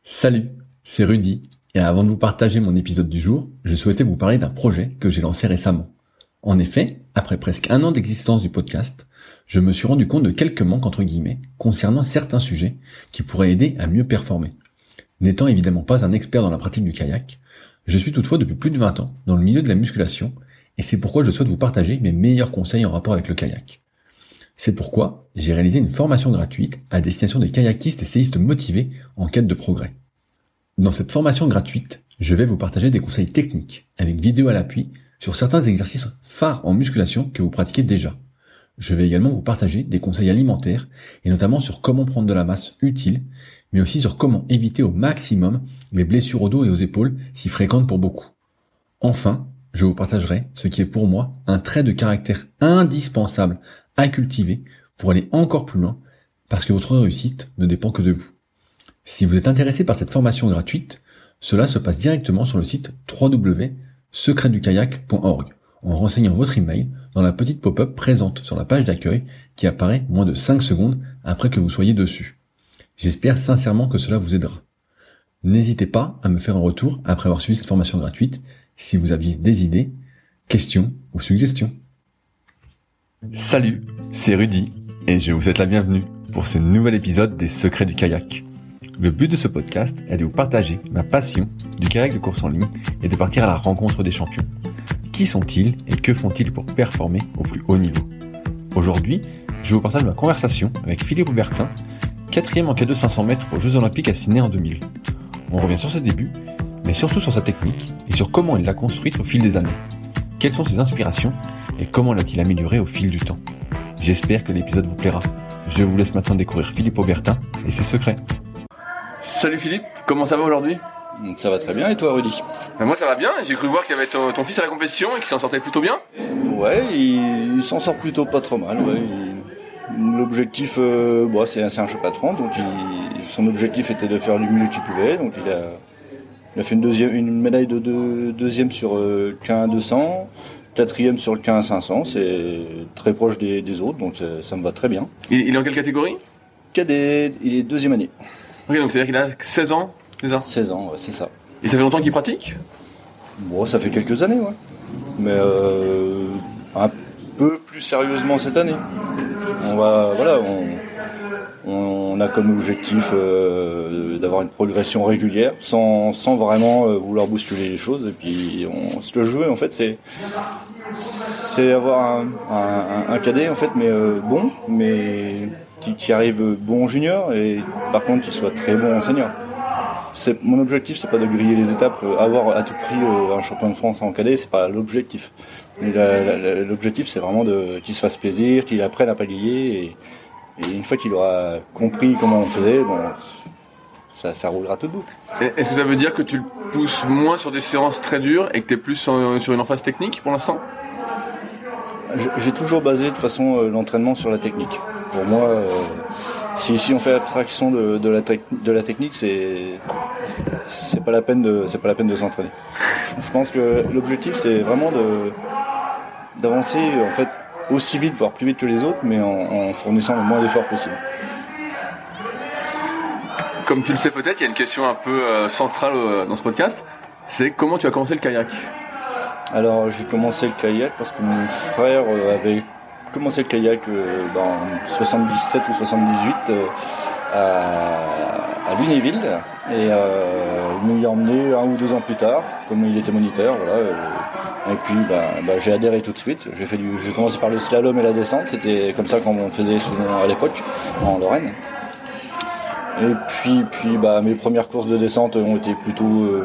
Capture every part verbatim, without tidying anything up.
Salut, c'est Rudy, et avant de vous partager mon épisode du jour, je souhaitais vous parler d'un projet que j'ai lancé récemment. En effet, après presque un an d'existence du podcast, je me suis rendu compte de quelques manques entre guillemets concernant certains sujets qui pourraient aider à mieux performer. N'étant évidemment pas un expert dans la pratique du kayak, je suis toutefois depuis plus de vingt ans dans le milieu de la musculation, et c'est pourquoi je souhaite vous partager mes meilleurs conseils en rapport avec le kayak. C'est pourquoi j'ai réalisé une formation gratuite à destination des kayakistes et séistes motivés en quête de progrès. Dans cette formation gratuite, je vais vous partager des conseils techniques avec vidéo à l'appui sur certains exercices phares en musculation que vous pratiquez déjà. Je vais également vous partager des conseils alimentaires et notamment sur comment prendre de la masse utile, mais aussi sur comment éviter au maximum les blessures au dos et aux épaules si fréquentes pour beaucoup. Enfin, je vous partagerai ce qui est pour moi un trait de caractère indispensable à cultiver pour aller encore plus loin, parce que votre réussite ne dépend que de vous. Si vous êtes intéressé par cette formation gratuite, cela se passe directement sur le site w w w point secret du kayak point org en renseignant votre email dans la petite pop-up présente sur la page d'accueil qui apparaît moins de cinq secondes après que vous soyez dessus. J'espère sincèrement que cela vous aidera. N'hésitez pas à me faire un retour après avoir suivi cette formation gratuite si vous aviez des idées, questions ou suggestions. Salut, c'est Rudy et je vous souhaite la bienvenue pour ce nouvel épisode des Secrets du kayak. Le but de ce podcast est de vous partager ma passion du kayak de course en ligne et de partir à la rencontre des champions. Qui sont-ils et que font-ils pour performer au plus haut niveau ? Aujourd'hui, je vous partage ma conversation avec Philippe Aubertin, quatrième en K deux cinq cents mètres aux Jeux Olympiques à Sydney en deux mille. On revient sur ses débuts, mais surtout sur sa technique et sur comment il l'a construite au fil des années. Quelles sont ses inspirations et comment l'a-t-il améliorée au fil du temps ? J'espère que l'épisode vous plaira. Je vous laisse maintenant découvrir Philippe Aubertin et ses secrets. Salut Philippe, comment ça va aujourd'hui ? Ça va très bien, et toi Rudy ? Ben moi ça va bien, j'ai cru voir qu'il y avait ton, ton fils à la compétition et qu'il s'en sortait plutôt bien. Ouais, il, il s'en sort plutôt pas trop mal. Ouais. Il, l'objectif, euh, bon, c'est, c'est un championnat de France, donc il, son objectif était de faire du mieux qu'il pouvait. Donc il a, il a fait une, deuxième, une médaille de deux, deuxième sur euh, K un deux cents, quatrième sur le K un cinq cents, c'est très proche des, des autres, donc ça me va très bien. Il, il est en quelle catégorie ? Cadet, il est deuxième année. Ok, donc c'est-à-dire qu'il a seize ans, c'est ça ? seize ans, ouais, c'est ça. Et ça fait longtemps qu'il pratique ? Bon, ça fait quelques années, ouais. Mais euh, un peu plus sérieusement cette année. On va, voilà, on, on a comme objectif euh, d'avoir une progression régulière, sans, sans vraiment euh, vouloir bousculer les choses. Et puis, on, ce que je veux, en fait, c'est, c'est avoir un, un, un cadet, en fait, mais euh, bon, mais qui, qui arrive bon en junior et par contre qui soit très bon en senior. C'est, mon objectif, c'est pas de griller les étapes, avoir à tout prix euh, un champion de France en cadet, c'est pas l'objectif. La, la, l'objectif, c'est vraiment de, qu'il se fasse plaisir, qu'il apprenne à pagayer, et, et une fois qu'il aura compris comment on faisait, bon, ça, ça roulera tout boucle. Est-ce que ça veut dire que tu le pousses moins sur des séances très dures et que tu es plus sur, sur une emphase technique pour l'instant ? J'ai toujours basé de toute façon euh, l'entraînement sur la technique. Pour moi, euh, si, si on fait abstraction de, de, la, te- de la technique, c'est, c'est, pas la peine de, c'est pas la peine de s'entraîner. Je pense que l'objectif, c'est vraiment de, d'avancer en fait, aussi vite, voire plus vite que les autres, mais en, en fournissant le moins d'efforts possible. Comme tu le sais peut-être, il y a une question un peu euh, centrale euh, dans ce podcast, c'est comment tu as commencé le kayak ? Alors j'ai commencé le kayak parce que mon frère euh, avait commencé le kayak euh, en soixante-dix-sept ou soixante-dix-huit euh, à, à Lunéville et euh, il m'y a emmené un ou deux ans plus tard, comme il était moniteur, voilà. Euh, et puis bah, bah, j'ai adhéré tout de suite. J'ai fait du, j'ai commencé par le slalom et la descente, c'était comme ça qu'on faisait souvent à l'époque en Lorraine. Et puis, puis bah, mes premières courses de descente ont été plutôt euh,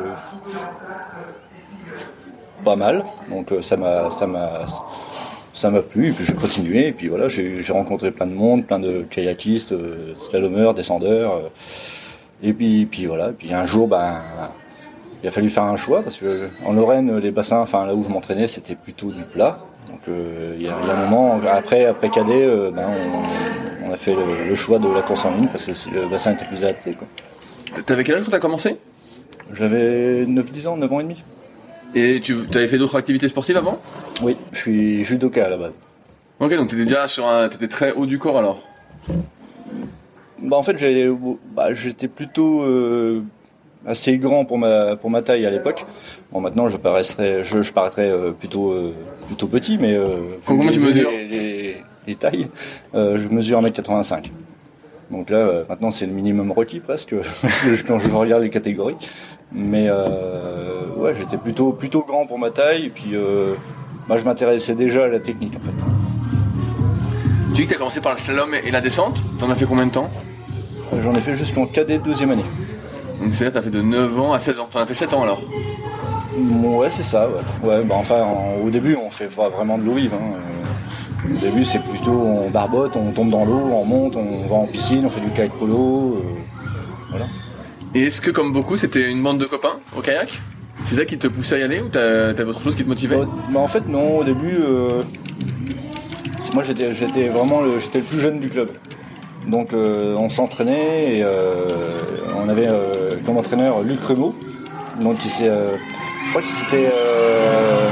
pas mal, donc euh, ça m'a, ça m'a, ça m'a plu, et puis j'ai continué, et puis voilà, j'ai, j'ai rencontré plein de monde, plein de kayakistes, euh, slalomeurs, descendeurs, euh, et puis, puis voilà, et puis un jour, ben, il a fallu faire un choix, parce que en Lorraine, les bassins, enfin là où je m'entraînais, c'était plutôt du plat, donc euh, il y, y a un moment, après, après cadet, euh, ben, on, on a fait le, le choix de la course en ligne, parce que le bassin était plus adapté, quoi. T'avais quel âge quand t'as commencé ? J'avais neuf dix ans, neuf ans et demi. Et tu avais fait d'autres activités sportives avant ? Oui, je suis judoka à la base. Ok, donc t'étais déjà sur un, t'étais très haut du corps alors ? Bah en fait, j'ai, bah, j'étais plutôt euh, assez grand pour ma pour ma taille à l'époque. Bon, maintenant je paraîtrais je, je paraîtrais euh, plutôt euh, plutôt petit, mais euh, comment tu mesures les, les, les tailles, euh, je mesure un mètre quatre-vingt-cinq. Donc là euh, maintenant c'est le minimum requis presque quand je regarde les catégories. Mais euh, ouais, j'étais plutôt plutôt grand pour ma taille, et puis euh, bah, je m'intéressais déjà à la technique en fait. Tu dis que tu as commencé par le slalom et la descente. T'en as fait combien de temps? J'en ai fait jusqu'en cadet de deuxième année. Donc c'est là, t'as fait de neuf ans à seize ans. T'en as fait sept ans alors? Ouais, c'est ça. Ouais. Ouais, bah enfin, en, au début, on fait vraiment de l'eau vive. Hein. Au début, c'est plutôt on barbote, on tombe dans l'eau, on monte, on va en piscine, on fait du kayak polo. Euh, voilà. Et est-ce que, comme beaucoup, c'était une bande de copains au kayak? C'est ça qui te poussait à y aller ou t'as, t'avais autre chose qui te motivait? Bah, bah en fait, non. Au début, euh, moi, j'étais, j'étais vraiment le, j'étais le plus jeune du club. Donc euh, on s'entraînait et euh, on avait euh, comme entraîneur Luc Remo, donc qui s'est, euh, je crois qu'il s'était euh,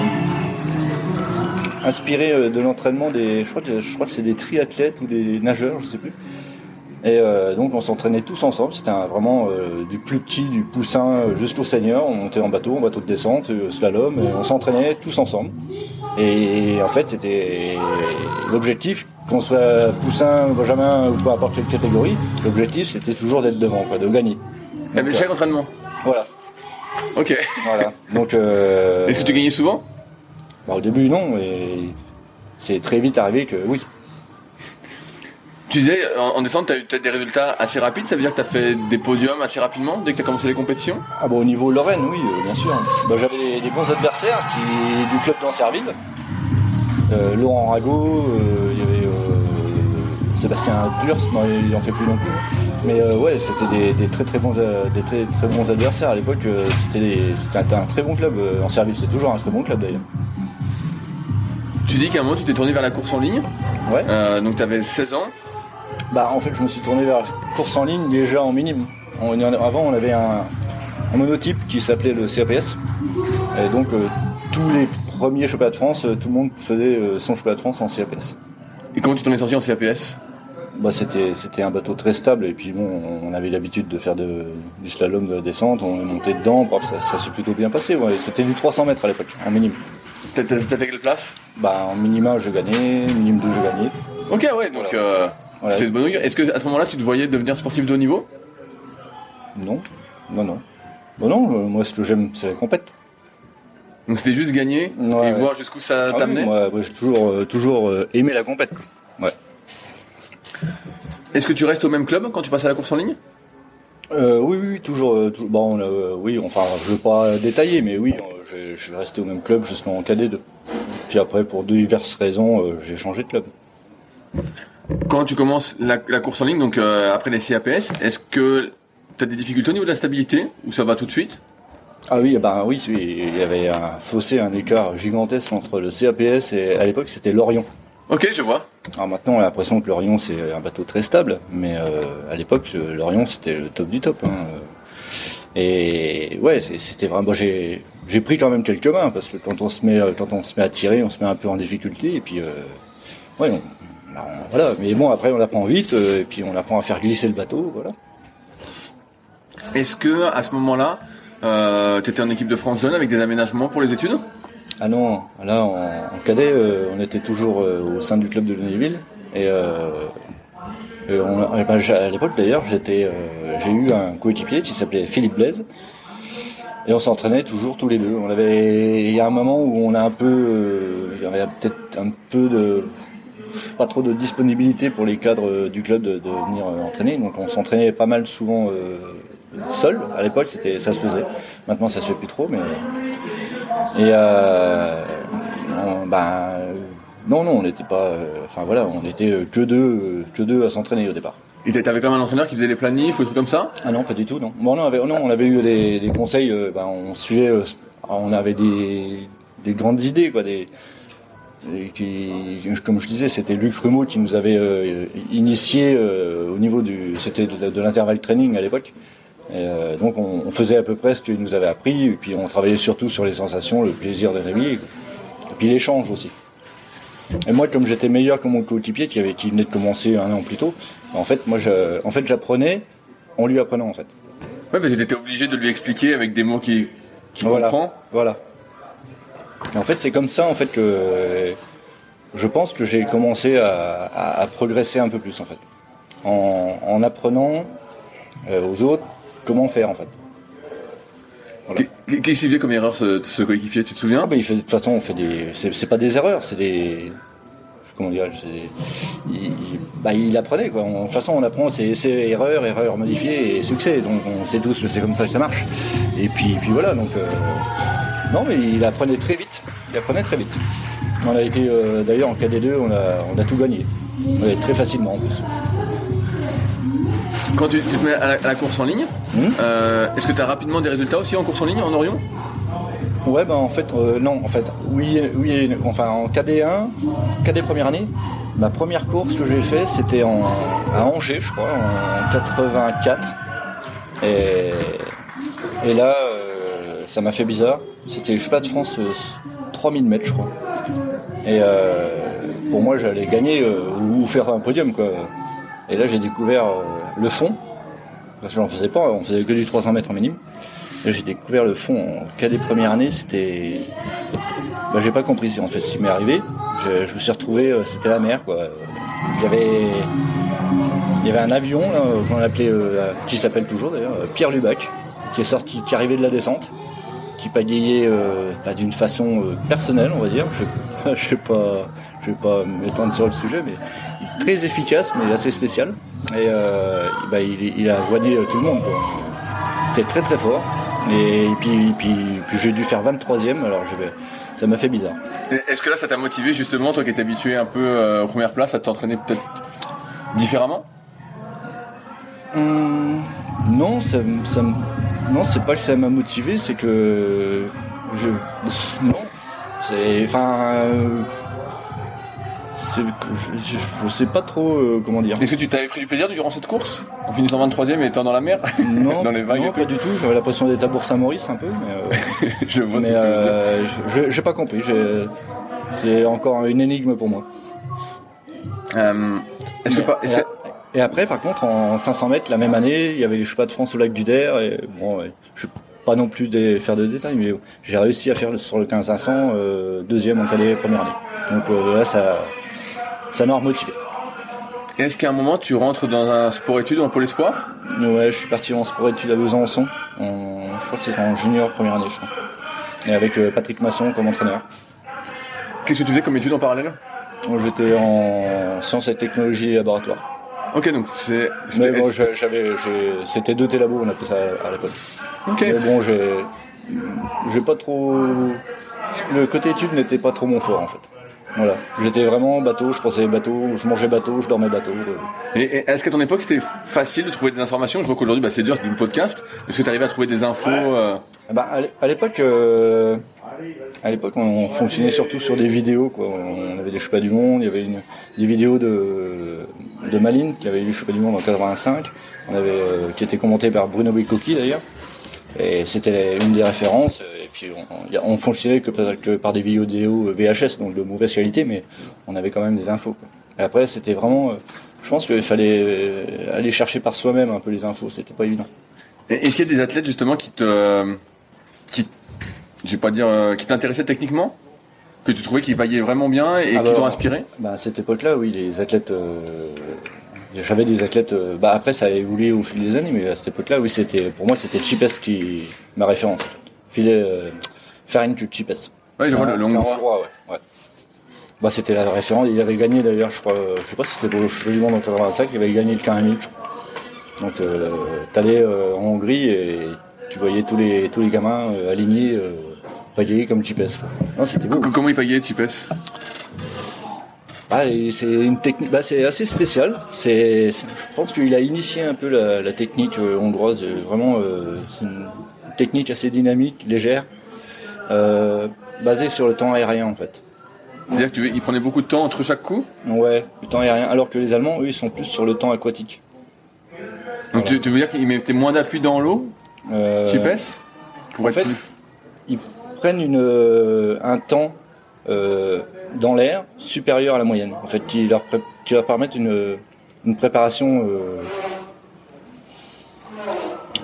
inspiré de l'entraînement des, je crois que, je crois que c'est des triathlètes ou des nageurs, je sais plus. Et euh, donc on s'entraînait tous ensemble. C'était un, vraiment euh, du plus petit, du poussin jusqu'au senior. On montait en bateau, en bateau de descente, euh, slalom. Et on s'entraînait tous ensemble. Et, et en fait, c'était l'objectif, qu'on soit poussin, benjamin ou peu importe quelle catégorie. L'objectif, c'était toujours d'être devant, quoi, de gagner. Donc, mais chaque euh, entraînement. Voilà. Ok. Voilà. Donc. Euh, Est-ce que tu gagnais souvent? Bah, au début, non. Mais c'est très vite arrivé que oui. Tu disais, en, en descente, tu as eu peut-être des résultats assez rapides, ça veut dire que tu as fait des podiums assez rapidement, dès que tu as commencé les compétitions? Ah bah au niveau Lorraine, oui, euh, bien sûr. Bah, j'avais des, des bons adversaires qui, du club d'Ancerville. Euh, Laurent Rago, euh, il y avait euh, Sébastien Durst, non, il en fait plus non plus. Mais euh, ouais, c'était des, des très très bons, des très, très bons adversaires à l'époque. Euh, c'était, des, c'était un, un très bon club, euh, Ancerville, c'est toujours un très bon club d'ailleurs. Tu dis qu'à un moment tu t'es tourné vers la course en ligne. Ouais. Euh, donc tu avais seize ans. Bah en fait je me suis tourné vers la course en ligne déjà en minime. On, avant on avait un, un monotype qui s'appelait le C A P S. Et donc euh, tous les premiers championnats de France, tout le monde faisait euh, son championnat de France en C A P S. Et comment tu t'en es sorti en C A P S? Bah c'était, c'était un bateau très stable et puis bon on avait l'habitude de faire de, du slalom de la descente, on est monté dedans, bref, ça, ça s'est plutôt bien passé. Ouais. C'était du trois cents mètres à l'époque en minime. T'as, t'as, t'as fait quelle place? Bah en minima je gagnais, minime deux je gagnais. Ok ouais donc... Voilà. Euh... Voilà. C'est de bonne augure. Est-ce qu'à ce moment-là, tu te voyais devenir sportif de haut niveau? Non, non, non. Bon, non, euh, moi, ce que j'aime, c'est la compète. Donc c'était juste gagner ouais, et ouais. voir jusqu'où ça ah, t'amenait? Oui, moi, moi, j'ai toujours, euh, toujours euh, aimé la compète. Ouais. Est-ce que tu restes au même club quand tu passes à la course en ligne? euh, Oui, oui, toujours. Euh, toujours bon, euh, oui, enfin, je ne veux pas détailler, mais oui, euh, je suis resté au même club jusqu'en K D deux. Puis après, pour diverses raisons, euh, j'ai changé de club. Quand tu commences la, la course en ligne, donc euh, après les C A P S, est-ce que tu as des difficultés au niveau de la stabilité ou ça va tout de suite? Ah oui, bah oui, il y avait un fossé, un écart gigantesque entre le C A P S et à l'époque c'était l'Orion. Ok, je vois. Alors maintenant on a l'impression que l'Orion c'est un bateau très stable, mais euh, à l'époque l'Orion c'était le top du top. Hein. Et ouais, c'était vraiment. Bon, j'ai j'ai pris quand même quelques mains parce que quand on se met quand on se met à tirer, on se met un peu en difficulté et puis euh, ouais. On, Voilà, mais bon, après on apprend vite, euh, et puis on apprend à faire glisser le bateau, voilà. Est-ce que à ce moment-là, euh, tu étais en équipe de France jeune avec des aménagements pour les études? Ah non, là en, en cadet, euh, on était toujours euh, au sein du club de Lunéville, et, euh, et on, ben, à l'époque d'ailleurs, j'étais, euh, j'ai eu un coéquipier qui s'appelait Philippe Blaise, et on s'entraînait toujours tous les deux. On avait, il y a un moment où on a un peu, euh, il y avait peut-être un peu de pas trop de disponibilité pour les cadres du club de, de venir euh, entraîner, donc on s'entraînait pas mal souvent euh, seul. À l'époque c'était, ça se faisait, maintenant ça se fait plus trop, mais et euh, on, ben non non on n'était pas enfin euh, voilà on était que deux que deux à s'entraîner au départ. Et t'avais quand même un entraîneur qui faisait les planifs ou des trucs comme ça? Ah non, pas du tout, non. Bon, non, on avait, non, on avait eu des, des conseils, euh, ben, on suivait, euh, on avait des, des grandes idées, quoi, des Et qui, comme je disais, c'était Luc Rumeau qui nous avait euh, initié euh, au niveau du, c'était de, de l'intervalle training à l'époque. Et, euh, donc on, on faisait à peu près ce qu'il nous avait appris, et puis on travaillait surtout sur les sensations, le plaisir de naviguer, et puis l'échange aussi. Et moi, comme j'étais meilleur que mon coéquipier qui avait, qui venait de commencer un an plus tôt, en fait, moi, je, en fait, j'apprenais en lui apprenant en fait. Ouais, parce que t'étais obligé de lui expliquer avec des mots qui, qui voilà, comprend. Voilà. Et en fait, c'est comme ça en fait que je pense que j'ai commencé à, à, à progresser un peu plus en fait, en, en apprenant euh, aux autres comment faire en fait. Voilà. Qu'est-ce qu'il faisait comme erreur ce, ce coéquipier, tu te souviens? Ah bah, il fait, de toute façon, on fait des, c'est, c'est pas des erreurs, c'est des, comment dire, c'est, il, il, bah, il apprenait quoi. De toute façon, on apprend, c'est, c'est erreur, erreur modifiée et succès. Donc on sait tous que c'est comme ça que ça marche. Et puis, puis voilà. Donc euh, non, mais il apprenait très vite. Il apprenait très vite. On a été euh, d'ailleurs en K D deux, on a, on a tout gagné. On a été très facilement en plus. Quand tu, tu te mets à la, à la course en ligne, mmh. euh, est-ce que tu as rapidement des résultats aussi en course en ligne en Orion? Ouais, bah en fait, euh, non, en fait, oui, oui, enfin en K D un, K D première année, ma première course que j'ai fait, c'était en, à Angers, je crois, en quatre-vingt-quatre. Et, et là, euh, ça m'a fait bizarre. C'était le championnat de France euh, trois mille mètres, je crois. Et euh, pour moi, j'allais gagner euh, ou faire un podium, quoi. Et là, j'ai découvert euh, le fond. Je n'en faisais pas, on faisait que du trois cents mètres en minime. Et j'ai découvert le fond en K D première année, c'était... Bah, j'ai pas compris en fait ce qui m'est arrivé. Je, je me suis retrouvé, euh, c'était la mer, quoi. Il y avait, il y avait un avion, là, on l'appelait, euh, qui s'appelle toujours d'ailleurs, Pierre Lubac, qui est sorti, qui arrivait de la descente, qui pagayait euh, bah, d'une façon euh, personnelle, on va dire. Je ne sais pas, je vais pas m'étendre sur le sujet, mais très efficace, mais assez spécial. Et euh, bah, il, il a avoigné tout le monde, quoi. C'était très très fort. Et puis, puis, puis j'ai dû faire vingt-troisième, alors je vais, ça m'a fait bizarre. Est-ce que là ça t'a motivé justement, toi qui étais habitué un peu euh, aux premières places, à t'entraîner peut-être différemment? hum, Non, ça, ça, non, c'est pas que ça m'a motivé, c'est que je, non, c'est, enfin, euh, c'est, je, je, je sais pas trop euh, comment dire. Est-ce que tu t'avais pris du plaisir durant cette course, en finissant vingt-troisième et étant dans la mer? Non, dans les vagues non et tout. pas du tout. J'avais l'impression d'être à Bourg-Saint-Maurice un peu, mais, euh, je vois mais ce que tu veux dire. euh, je, j'ai pas compris. J'ai, c'est encore une énigme pour moi. Euh, est-ce que pas, est-ce et, que... et après, par contre, en cinq cents mètres, la même année, il y avait les championnats de France au lac du Der. Et bon, ouais, je ne vais pas non plus des, faire de détails, mais j'ai réussi à faire sur le quinze cinq cents euh, deuxième en K D première année. Donc euh, là, ça, ça m'a remotivé. Est-ce qu'à un moment tu rentres dans un sport-études ou un pôle espoir? Ouais, je suis parti en sport-études à Besançon. En, je crois que c'était en junior première année, je crois. Et avec euh, Patrick Masson comme entraîneur. Qu'est-ce que tu faisais comme études en parallèle? J'étais en sciences et technologies et laboratoire. Ok, donc c'est. Mais bon, j'avais, j'ai, c'était deux T-Labo, on appelait ça à l'époque. Ok. Mais bon, j'ai, j'ai pas trop. Le côté études n'était pas trop mon fort en fait. Voilà, j'étais vraiment bateau, je pensais bateau, je mangeais bateau, je dormais bateau. Et, et est-ce qu'à ton époque c'était facile de trouver des informations? Je vois qu'aujourd'hui bah, c'est dur du podcast. Est-ce que tu arrivais à trouver des infos euh... bah, à l'époque, euh, à l'époque, on fonctionnait surtout sur des vidéos, quoi. On avait des championnats du monde, il y avait une, des vidéos de, de Malines qui avait eu les championnats du monde en quatre-vingt-cinq, on avait, euh, qui était commentée par Bruno Bicocchi d'ailleurs. Et c'était une des références. Et puis on, on fonctionnait que par, que par des vidéos V H S, donc de mauvaise qualité, mais on avait quand même des infos, quoi. Et après, c'était vraiment. Je pense qu'il fallait aller chercher par soi-même un peu les infos. C'était pas évident. Et est-ce qu'il y a des athlètes justement qui te, qui, je vais pas dire, qui t'intéressaient techniquement, que tu trouvais qu'ils paillaient vraiment bien et Alors, qui t'ont inspiré? Bah à cette époque-là, oui, les athlètes. Euh, J'avais des athlètes. Euh, bah après, ça a évolué au fil des années, mais à cette époque-là, oui, c'était pour moi, c'était Chipes qui ma référence. Filet euh, Farine Chipes. Ouais, je vois le long droit. Ouais, ouais. Bah c'était la référence. Il avait gagné d'ailleurs, je crois. Je sais pas si c'était pour le championnat du monde en quatre-vingt-cinq. Il avait gagné le quinze mille. Donc, euh, t'allais euh, en Hongrie et tu voyais tous les tous les gamins euh, alignés, euh, pagayer comme Chipes. Non, c'était beau. Comment il pagaient Chipes? Ah, c'est une technique, bah, c'est assez spécial. C'est, c'est, je pense qu'il a initié un peu la, la technique euh, hongroise. Euh, vraiment, euh, c'est une technique assez dynamique, légère, euh, basée sur le temps aérien en fait. C'est-à-dire que tu, il prenait beaucoup de temps entre chaque coup? Ouais, le temps aérien. Alors que les Allemands, eux, ils sont plus sur le temps aquatique. Donc Voilà. tu, tu veux dire qu'ils mettaient moins d'appui dans l'eau, euh, Chipes, pour en être fait, plus... ils prennent une, euh, un temps euh, dans l'air supérieur à la moyenne. En fait, qui leur, pré- qui leur permettent une, une préparation euh,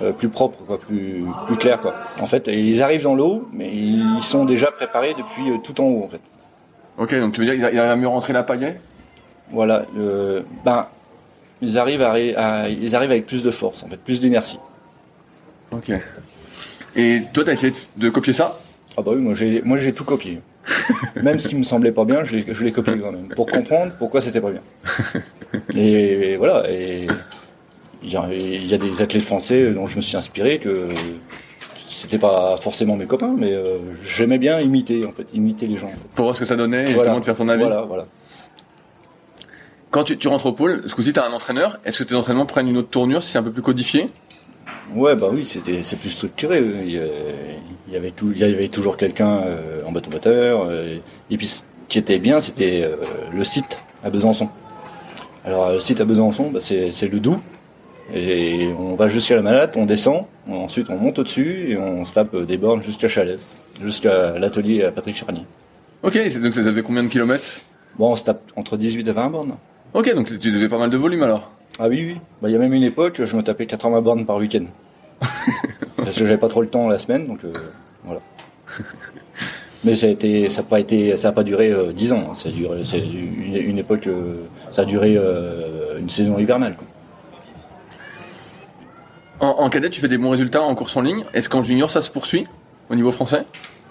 euh, plus propre, quoi, plus, plus clair, quoi. En fait, ils arrivent dans l'eau, mais ils sont déjà préparés depuis euh, tout en haut, en fait. Ok, donc tu veux dire qu'il arrive à mieux rentrer la pagaie ? Voilà, euh, ben, ils arrivent, à, à, ils arrivent avec plus de force, en fait, plus d'énergie. Ok. Et toi, t'as essayé de copier ça ? Ah bah oui, moi j'ai, moi j'ai tout copié. Même ce qui me semblait pas bien, je l'ai, je l'ai copié quand même, pour comprendre pourquoi c'était pas bien. Et, et voilà, et il y, a, il y a des athlètes français dont je me suis inspiré que c'était pas forcément mes copains, mais euh, j'aimais bien imiter, en fait, imiter les gens. Pour voir ce que ça donnait et voilà. justement de faire ton avis. Voilà, voilà. Quand tu, tu rentres au pôle, ce coup-ci t'as un entraîneur, est-ce que tes entraînements prennent une autre tournure si c'est un peu plus codifié ? Ouais, bah oui, c'était, c'est plus structuré. Il y, il y avait tout, il y avait toujours quelqu'un euh, en bateau moteur. Euh, et puis, ce qui était bien, c'était euh, le site à Besançon. Alors, le site à Besançon, bah, c'est, c'est le Doubs. Et on va jusqu'à la Malatte, on descend. Ensuite, on monte au-dessus et on se tape des bornes jusqu'à Chalès, jusqu'à l'atelier à Patrick Charnier. Ok, c'est, donc ça fait combien de kilomètres ? Bon, on se tape entre dix-huit et vingt bornes. Ok, donc tu devais pas mal de volume alors ? Ah oui, oui. Bah, il y a même une époque, je me tapais quatre-vingts bornes par week-end. Parce que j'avais pas trop le temps la semaine, donc euh, voilà. Mais ça a été, ça a pas été, ça a pas duré euh, dix ans. Hein. Ça a duré, c'est une, une époque, euh, ça a duré euh, une saison hivernale. Quoi. En, en cadet, tu fais des bons résultats en course en ligne. Est-ce qu'en junior, ça se poursuit au niveau français ?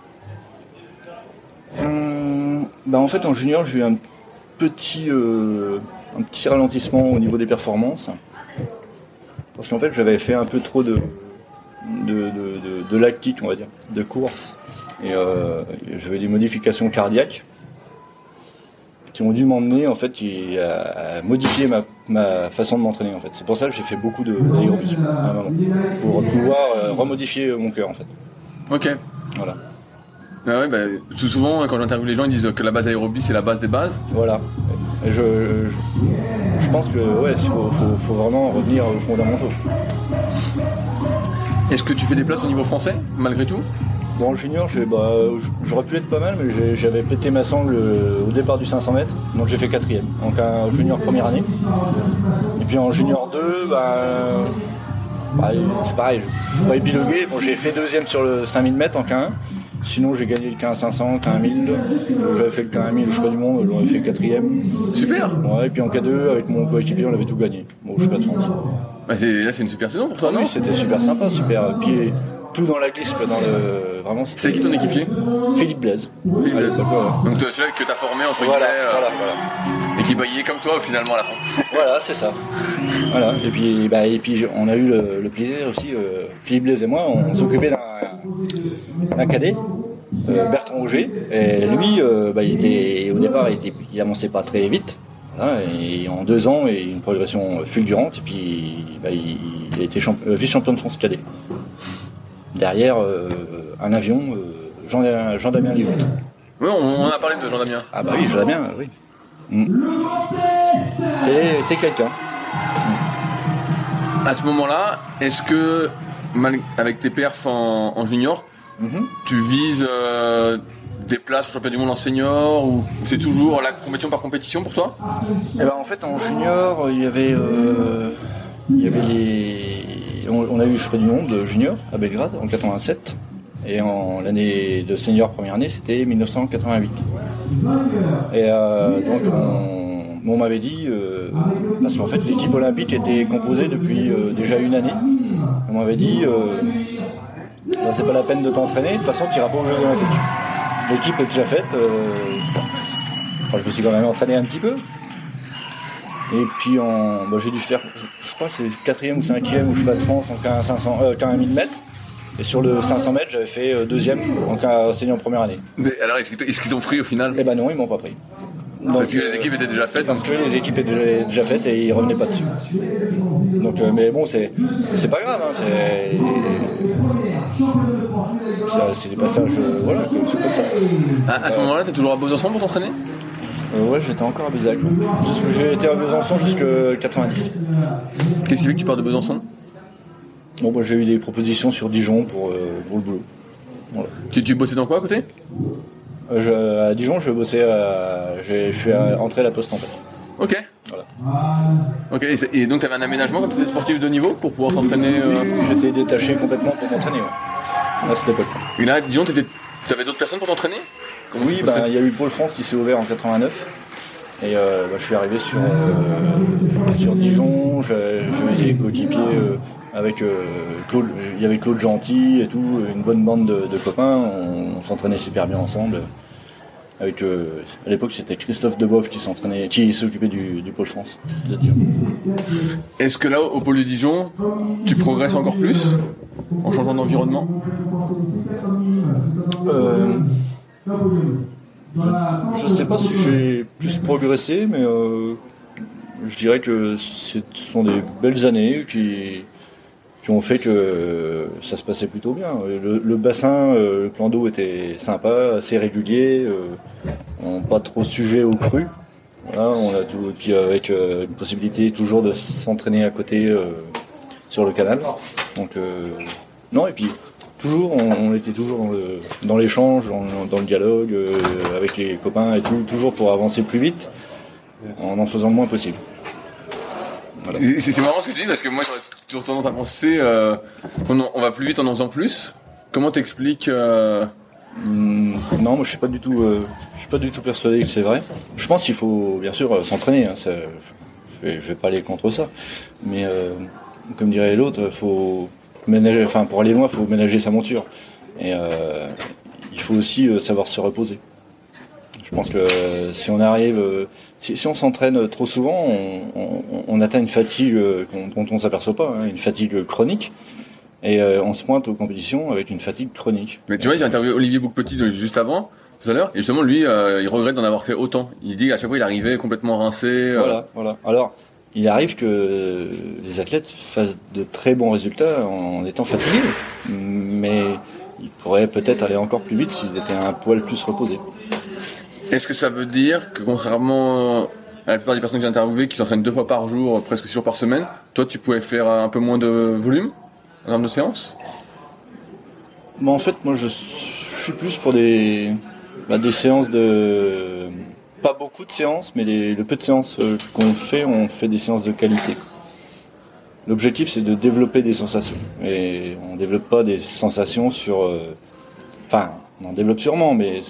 hum, Bah en fait, en junior, j'ai eu un petit, euh, un petit ralentissement au niveau des performances. Parce qu'en fait, j'avais fait un peu trop de, de, de, de, de lactique, on va dire, de course. Et euh, j'avais des modifications cardiaques qui ont dû m'emmener en fait à, à modifier ma, ma façon de m'entraîner en fait. C'est pour ça que j'ai fait beaucoup de d'aérobie à un moment, pour pouvoir euh, remodifier mon cœur en fait. Ok. Voilà. Ah ouais, bah, tout souvent quand j'interviewe les gens, ils disent que la base aérobie c'est la base des bases. Voilà. Et je, je, je pense que ouais, il faut, faut, faut vraiment revenir aux fondamentaux. Est-ce que tu fais des places au niveau français malgré tout ? Bon, en junior, j'ai, bah, j'aurais pu être pas mal, mais j'ai, j'avais pété ma sangle au départ du cinq cents mètres, donc j'ai fait quatrième. Donc en junior première année. Et puis en junior deux, bah, bah c'est pareil, je ne pas épiloguer. Bon, j'ai fait deuxième sur le cinq mille mètres en K un. Sinon, j'ai gagné le K un cinq cents, K un mille. J'avais fait le K un mille au championnat du monde, j'aurais fait quatrième. Super. Ouais, et puis en K deux, avec mon coéquipier, on avait tout gagné. Bon, je suis pas de France. Bah c'est, là, c'est une super saison pour toi, ah, non ? Oui, c'était super sympa, super. Puis tout dans la glisse, dans le. Vraiment, c'était... C'est qui ton équipier ? Philippe Blaise. Philippe Blaise. Ouais, ouais. Donc c'est celui que t'as formé entre voilà, guillemets, voilà, euh, voilà. et qui baillait comme toi finalement à la fin. Voilà, c'est ça. Voilà. Et puis, bah, et puis on a eu le, le plaisir aussi, euh, Philippe Blaise et moi, on s'occupait d'un, d'un cadet, euh, Bertrand Auger. Et lui, euh, bah, il était, au départ, il, était, il avançait pas très vite. Voilà, et en deux ans, il a eu une progression fulgurante. Et puis, bah, il, il a été champ- euh, vice-champion de France cadet. Derrière, euh, un avion, euh, Jean, Jean-Damien Livout. Oui, on, on a parlé de Jean-Damien. Ah bah oui, Jean-Damien, oui. Mm. C'est, c'est quelqu'un. À ce moment-là, est-ce que, mal, avec tes perfs en, en junior, mm-hmm. tu vises euh, des places au championnat du monde en senior ou c'est toujours la compétition par compétition pour toi ? Eh ben en fait, en junior, il y avait, euh, il y avait les... On, on a eu le championnat du monde junior à Belgrade en quatre-vingt-sept. Et en l'année de senior première année, c'était dix-neuf cent quatre-vingt-huit. Et euh, donc on, on m'avait dit, euh, parce qu'en fait l'équipe olympique était composée depuis euh, déjà une année, on m'avait dit, euh, bah, c'est pas la peine de t'entraîner, de toute façon tu iras pas aux Jeux olympiques. L'équipe est déjà faite, euh, enfin, je me suis quand même entraîné un petit peu. Et puis en, bah, j'ai dû faire, je, je crois que c'est quatrième ou cinquième au championnat de France en K un cinq cents, euh, K un mille mètres. Et sur le cinq cents mètres, j'avais fait deuxième en cas senior en première année. Mais alors, est-ce qu'ils, est-ce qu'ils t'ont pris au final ? Eh ben non, ils m'ont pas pris. Donc, parce que les équipes étaient déjà faites. Parce que les équipes étaient déjà faites et ils revenaient pas dessus. Donc, euh, mais bon, c'est, c'est pas grave. Hein, c'est, c'est, c'est des passages, euh, voilà, c'est comme ça. À, à ce moment-là, t'es toujours à Besançon pour t'entraîner ? euh, Ouais, j'étais encore à Bézac. J'ai été à Besançon jusqu'à quatre-vingt-dix. Qu'est-ce qui fait que tu pars de Besançon ? Bon, bah, j'ai eu des propositions sur Dijon pour, euh, pour le boulot. Voilà. Tu, tu bossais dans quoi à côté ? euh, je, À Dijon, je bossais à, je, je suis à, entré à la Poste en fait. Ok. Voilà. Ok, et donc tu avais un aménagement quand tu étais sportif de niveau pour pouvoir t'entraîner euh... J'étais détaché complètement pour m'entraîner, ouais. À cette époque. Et là, disons, tu avais d'autres personnes pour t'entraîner? Comment Oui, bah, il y a eu le Pôle France qui s'est ouvert en quatre-vingt-neuf. Et euh, bah, je suis arrivé sur, euh, sur Dijon, j'avais des coéquipiers euh, avec euh, Claude, il y avait Claude Gentil et tout, une bonne bande de, de copains, on, on s'entraînait super bien ensemble. Avec, euh, à l'époque, c'était Christophe Deboeuf qui s'entraînait, qui s'occupait du, du Pôle France de Dijon. Est-ce que là, au Pôle de Dijon, tu progresses encore plus en changeant d'environnement? euh, Je ne sais pas si j'ai plus progressé, mais euh, je dirais que ce sont des belles années qui, qui ont fait que ça se passait plutôt bien. Le, le bassin, euh, le plan d'eau était sympa, assez régulier, euh, on, pas trop sujet au cru. Voilà, on a tout, et puis avec euh, une possibilité toujours de s'entraîner à côté euh, sur le canal. Donc euh, non, et puis toujours, on, on était toujours dans, le, dans l'échange, dans, dans le dialogue euh, avec les copains et tout, toujours pour avancer plus vite, en en faisant le moins possible. Voilà. C'est, c'est marrant ce que tu dis parce que moi j'aurais toujours tendance à penser euh, qu'on on va plus vite en en faisant plus. Comment t'expliques euh... mmh, Non, moi je suis pas du tout, euh, je suis pas du tout persuadé que c'est vrai. Je pense qu'il faut bien sûr euh, s'entraîner. Hein, ça, je, vais, je vais pas aller contre ça, mais euh, comme dirait l'autre, faut ménager. Enfin, pour aller loin, faut ménager sa monture. Et euh, il faut aussi euh, savoir se reposer. Je pense que euh, si on arrive, euh, si, si on s'entraîne trop souvent, on, on, on atteint une fatigue euh, dont on ne s'aperçoit pas, hein, une fatigue chronique, et euh, on se pointe aux compétitions avec une fatigue chronique. Mais tu vois, j'ai interviewé Olivier Boucpetit juste avant, tout à l'heure, et justement lui, euh, il regrette d'en avoir fait autant. Il dit qu'à chaque fois, il arrivait complètement rincé. Euh... Voilà, voilà. Alors, il arrive que les athlètes fassent de très bons résultats en étant fatigués, mais ils pourraient peut-être aller encore plus vite s'ils étaient un poil plus reposés. Est-ce que ça veut dire que contrairement à la plupart des personnes que j'ai interviewées qui s'entraînent deux fois par jour, presque six jours par semaine, toi tu pouvais faire un peu moins de volume en termes de séances? Bah, en fait, moi je, je suis plus pour des, bah, des séances de... Pas beaucoup de séances, mais les, le peu de séances qu'on fait, on fait des séances de qualité. L'objectif c'est de développer des sensations. Et on ne développe pas des sensations sur... Euh... Enfin, on en développe sûrement, mais...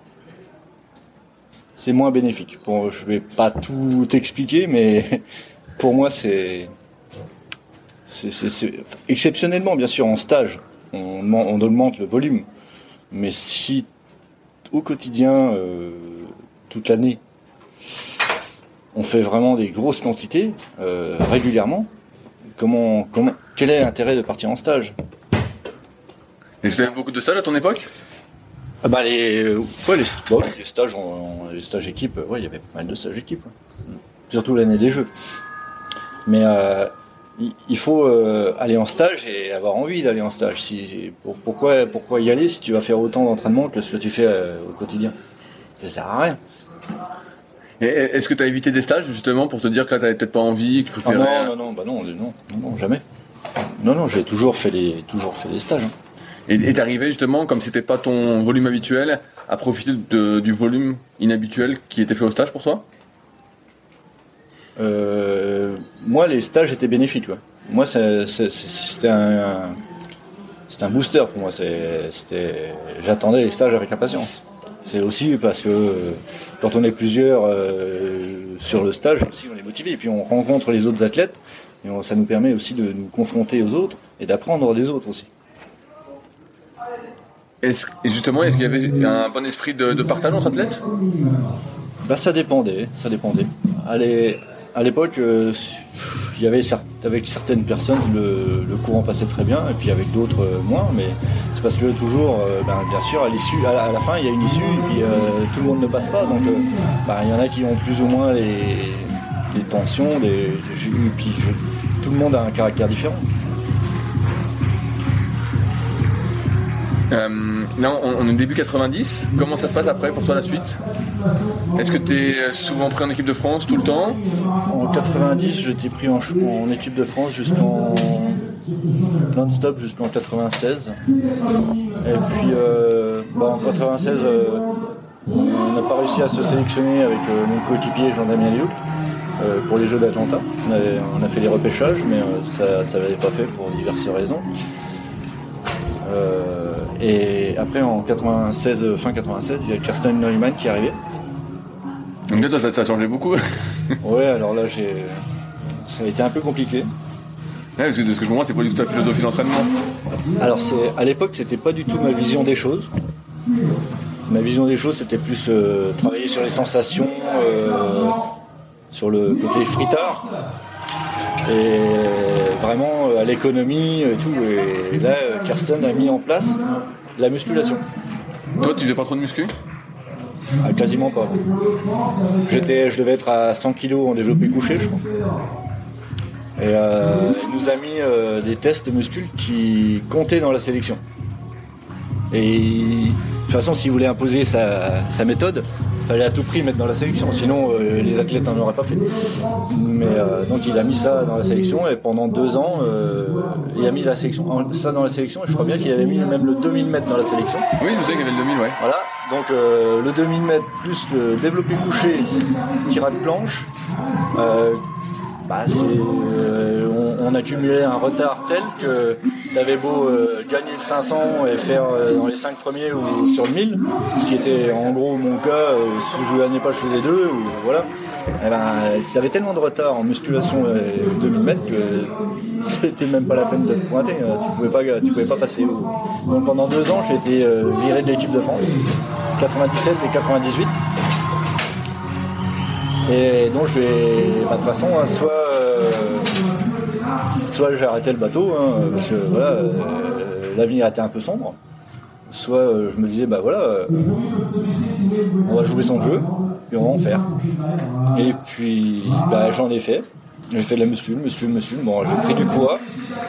c'est moins bénéfique. Bon, je vais pas tout expliquer, mais pour moi, c'est, c'est, c'est, c'est exceptionnellement, bien sûr, en stage, on, on augmente le volume. Mais si au quotidien, euh, toute l'année, on fait vraiment des grosses quantités euh, régulièrement, comment, comment, quel est l'intérêt de partir en stage? Est-ce qu'il y avait beaucoup de stages à ton époque? Ah bah les, ouais, les, bah ouais, les stages, on, les stages équipes, ouais, il y avait pas mal de stages équipes, ouais. Surtout l'année des Jeux. Mais euh, il, il faut euh, aller en stage et avoir envie d'aller en stage. Si, pour, pourquoi, pourquoi y aller si tu vas faire autant d'entraînement que ce que tu fais euh, au quotidien? Ça sert à rien. Et est-ce que tu as évité des stages justement pour te dire que là t'avais peut-être pas envie, que tu préférais... Ah non, non, non, bah non, non, non, non, jamais. Non, non, j'ai toujours fait les, toujours fait des stages. Hein. Et t'es arrivé justement, comme c'était pas ton volume habituel, à profiter de, du volume inhabituel qui était fait au stage pour toi? euh, Moi, les stages étaient bénéfiques. Ouais. Moi, c'est, c'est, c'était, un, c'était un booster pour moi. C'est, c'était, j'attendais les stages avec impatience. C'est aussi parce que euh, quand on est plusieurs euh, sur le stage, aussi on est motivé. Et puis on rencontre les autres athlètes. Et on, ça nous permet aussi de nous confronter aux autres et d'apprendre des autres aussi. Est-ce, et justement, est-ce qu'il y avait un bon esprit de, de partage entre athlètes? Bah ça dépendait, ça dépendait. Allez, à l'époque, euh, il y avait avec certaines personnes le, le courant passait très bien, et puis avec d'autres euh, moins. Mais c'est parce que toujours, euh, ben, bien sûr, à l'issue, à la, à la fin, il y a une issue, et puis euh, tout le monde ne passe pas. Donc, euh, ben, il y en a qui ont plus ou moins les, les tensions, des, et puis je, tout le monde a un caractère différent. Euh, là, on, on est début quatre-vingt-dix. Comment ça se passe après pour toi la suite? Est-ce que tu es souvent pris en équipe de France tout le temps? En quatre-vingt-dix, j'étais pris en, en équipe de France jusqu'en non-stop jusqu'en quatre-vingt-seize. Et puis euh, bah, en quatre-vingt-seize, euh, on n'a pas réussi à se sélectionner avec euh, mon coéquipier Jean-Damien Lioux. euh, pour les Jeux d'Atlanta. On, avait, on a fait les repêchages, mais euh, ça ça l'avait pas fait pour diverses raisons. Euh, et après en quatre-vingt-seize, fin quatre-vingt-seize, il y a Kirsten Neumann qui est arrivé. Donc là, toi, ça, ça a changé beaucoup. Ouais, alors là, j'ai... ça a été un peu compliqué. Ouais, parce que de ce que je comprends, c'est pas du tout ta philosophie d'entraînement. Alors, c'est... à l'époque, c'était pas du tout ma vision des choses. Ma vision des choses, c'était plus euh, travailler sur les sensations, euh, sur le côté fritard, et vraiment euh, à l'économie et tout. Et là, Kirsten a mis en place la musculation. Toi, tu faisais pas trop de muscu ? Ah, quasiment pas. J'étais, je devais être à cent kilos en développé couché, je crois. Et euh, il nous a mis euh, des tests de muscles qui comptaient dans la sélection. Et il, de toute façon, s'il voulait imposer sa, sa méthode, il fallait à tout prix mettre dans la sélection, sinon euh, les athlètes n'en auraient pas fait. Mais euh, donc il a mis ça dans la sélection et pendant deux ans, euh, il a mis la sélection, ça dans la sélection et je crois bien qu'il avait mis même le deux mille mètres dans la sélection. Oui, je sais qu'il y avait le deux mille, ouais. Voilà, donc euh, le deux mille mètres plus le développé couché, tirade planche, euh, bah c'est, euh, on, on accumulait un retard tel que t'avais beau euh, gagner le cinq cents et faire euh, dans les cinq premiers ou sur le mille, ce qui était en gros mon cas, euh, si je gagnais pas je faisais deux, ou voilà. Et ben, t'avais tellement de retard en musculation euh, deux mille mètres que c'était même pas la peine de te pointer, hein. tu pouvais pas, tu pouvais pas passer. Donc pendant deux ans j'ai été euh, viré de l'équipe de France, quatre-vingt-dix-sept et quatre-vingt-dix-huit. Et donc je vais, bah, de toute façon, hein, soit, euh, soit j'ai arrêté le bateau, hein, parce que voilà, euh, l'avenir était un peu sombre, soit euh, je me disais, bah voilà, euh, on va jouer son jeu, puis on va en faire. Et puis bah, j'en ai fait, j'ai fait de la muscu, muscu, muscu, bon j'ai pris du poids.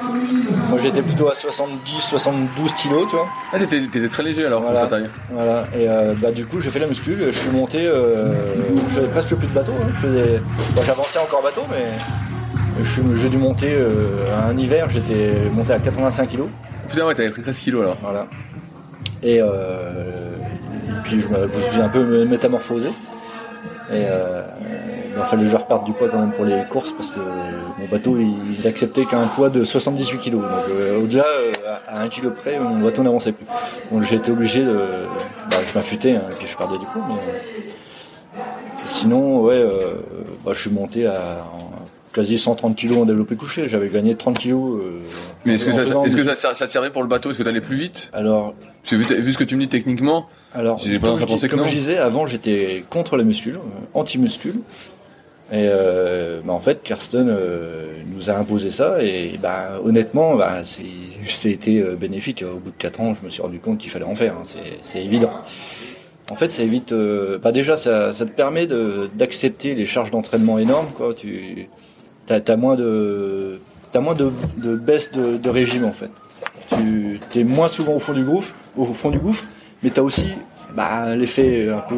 Moi j'étais plutôt à soixante-dix soixante-douze kilos, tu vois. Ah, t'étais, t'étais très léger alors voilà, pour ta taille. Voilà, et euh, bah, du coup j'ai fait la muscu, je suis monté, euh, je faisais presque plus de bateau, hein. je faisais, bah, j'avançais encore bateau, mais je suis, j'ai dû monter euh, à un hiver, j'étais monté à quatre-vingt-cinq kilos. Putain, ouais, t'avais pris treize kilos alors. Voilà. Et, euh, et puis je me, je me suis un peu métamorphosé. Et euh, il fallait que je reparte du poids quand même pour les courses parce que mon bateau il, il acceptait qu'un poids de soixante-dix-huit kilos. Donc euh, au-delà, euh, à un kilo près, mon bateau n'avançait plus. Donc j'ai été obligé de. Bah, je m'affûtais hein, et puis je perdais du coup. Mais sinon, ouais, euh, bah, je suis monté à en, quasi cent trente kilos en développé couché. J'avais gagné trente kilos. Euh, mais est-ce que, ça, faisant, est-ce que mais... ça, ça te servait pour le bateau? Est-ce que t'allais plus vite? Alors. Parce que vu, vu ce que tu me dis techniquement, alors, j'ai pas comme, je, pensé que comme non. je disais, avant j'étais contre la muscule, euh, anti-muscule. Et euh, bah en fait, Kirsten euh, nous a imposé ça et bah, honnêtement, bah, c'est, c'était euh, bénéfique. Au bout de quatre ans, je me suis rendu compte qu'il fallait en faire. Hein. C'est, c'est évident. En fait, ça évite. Euh, bah déjà, ça, ça te permet de, d'accepter les charges d'entraînement énormes. Quoi. Tu t'as, t'as moins de, t'as moins de, de baisse de, de régime en fait. Tu t'es moins souvent au fond du gouffre, au fond du gouffre, mais t'as aussi bah, l'effet un peu,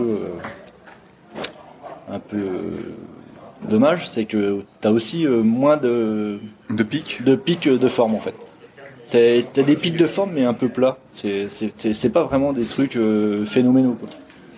euh, un peu. Euh, dommage, c'est que t'as aussi euh, moins de de pics de pics de forme en fait. T'as, t'as des pics de forme mais un peu plats. C'est c'est c'est, c'est pas vraiment des trucs euh, phénoménaux quoi.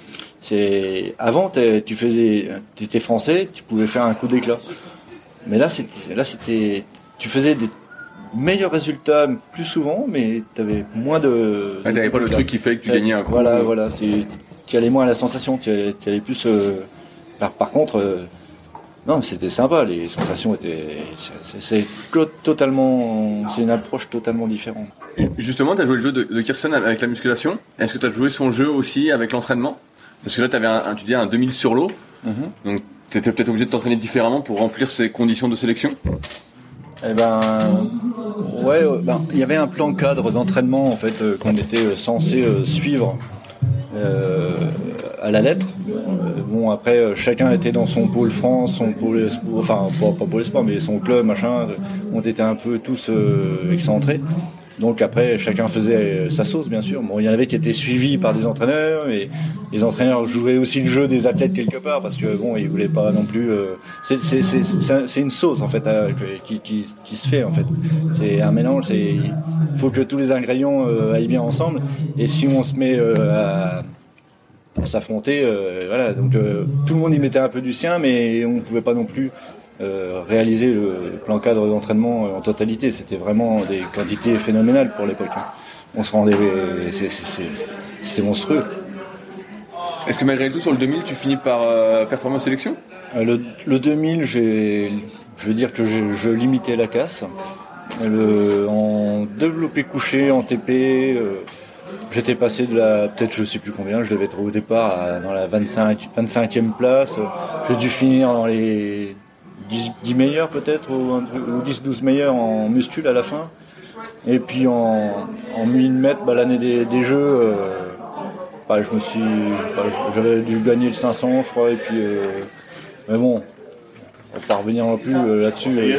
C'est avant tu faisais t'étais français, tu pouvais faire un coup d'éclat. Mais là c'était là c'était tu faisais des meilleurs résultats plus souvent mais t'avais moins de. Ah, t'avais pas le truc qui fait que tu gagnais un coup. Voilà voilà, c'est tu allais moins à la sensation, tu allais, tu allais plus euh, par, par contre euh, non, mais c'était sympa, les sensations étaient. C'est, c'est totalement. C'est une approche totalement différente. Justement, tu as joué le jeu de, de Kirsten avec la musculation. Est-ce que tu as joué son jeu aussi avec l'entraînement? Parce que là, tu avais un, un, tu dis un deux mille sur l'eau. Mm-hmm. Donc, tu étais peut-être obligé de t'entraîner différemment pour remplir ces conditions de sélection? Eh ben. Ouais, ben, il y avait un plan cadre d'entraînement en fait, euh, qu'on était censé euh, suivre. Euh, à la lettre. Euh, bon après euh, chacun était dans son pôle France, son pôle sport, enfin pas, pas pôle sport mais son club machin, on était un peu tous euh, excentrés. Donc après chacun faisait euh, sa sauce bien sûr. Bon il y en avait qui étaient suivis par des entraîneurs et les entraîneurs jouaient aussi le jeu des athlètes quelque part parce que bon ils voulaient pas non plus. Euh, c'est, c'est, c'est, c'est, c'est une sauce en fait à, qui, qui, qui se fait en fait. C'est un mélange. C'est il faut que tous les ingrédients euh, aillent bien ensemble et si on se met euh, à pour s'affronter. Euh, voilà, donc euh, tout le monde y mettait un peu du sien, mais on ne pouvait pas non plus euh, réaliser le plan cadre d'entraînement en totalité. C'était vraiment des quantités phénoménales pour l'époque. Hein. On se rendait, c'est, c'est, c'est, c'est monstrueux. Est-ce que malgré tout sur le deux mille tu finis par euh, performer en sélection? euh, le, le deux mille, j'ai, je veux dire que je, je limitais la casse. Le, en développé couché, en T P, euh, j'étais passé de la, peut-être je sais plus combien, je devais être au départ à, dans la vingt-cinq, vingt-cinquième place. J'ai dû finir dans les dix, dix meilleurs peut-être, ou, ou dix douze meilleurs en muscule à la fin. Et puis en, en mille mètres, bah, l'année des, des jeux, euh, bah, je me suis, bah, j'avais dû gagner le cinq cents, je crois, et puis, euh, mais bon, on va pas revenir non plus euh, là-dessus. Euh,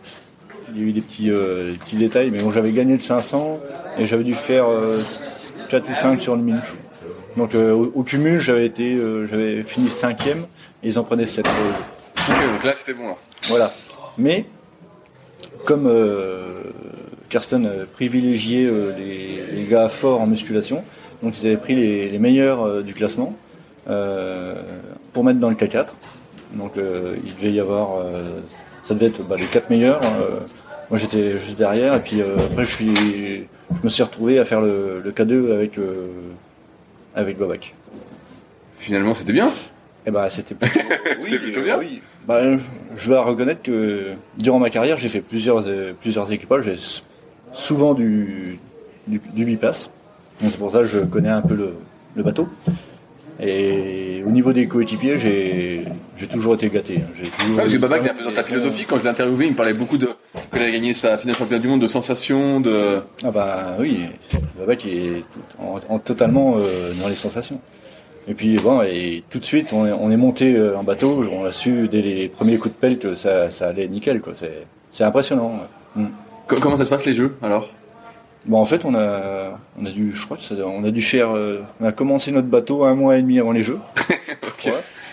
il y a eu des petits, euh, des petits détails, mais bon, j'avais gagné le cinq cents et j'avais dû faire euh, quatre ou cinq sur le mille. Donc euh, au, au cumul, j'avais été, euh, j'avais fini cinquième et ils en prenaient sept. Ok, donc là c'était bon là. Voilà. Mais comme euh, Karsten privilégiait euh, les, les gars forts en musculation, donc ils avaient pris les, les meilleurs euh, du classement euh, pour mettre dans le K quatre. Donc euh, il devait y avoir, euh, ça devait être bah, les quatre meilleurs. Euh, moi j'étais juste derrière et puis euh, après je suis, je me suis retrouvé à faire le, le K deux avec euh, avec Babak. Finalement c'était bien. Et bah c'était plutôt, oui, c'était plutôt bien. Euh, oui. Bah, je dois reconnaître que durant ma carrière j'ai fait plusieurs euh, plusieurs équipages. J'ai souvent du du, du biplace. Donc c'est pour ça que je connais un peu le, le bateau. Et au niveau des coéquipiers, j'ai, j'ai toujours été gâté. J'ai toujours ouais, parce que Babak, il est un peu dans ta philosophie. Quand je l'ai interviewé, il me parlait beaucoup de qu'il avait gagné sa finale championnat du monde, de sensations, de. Ah bah oui, Babak est tout, en, en totalement euh, dans les sensations. Et puis bon, et tout de suite, on est, on est monté en bateau. On a su dès les premiers coups de pelle que ça, ça allait nickel, quoi. C'est, c'est impressionnant. Mm. Comment ça se passe les jeux alors? Bon, en fait, on a, on a dû, je crois que ça, on a dû faire, euh, on a commencé notre bateau un mois et demi avant les Jeux. Okay.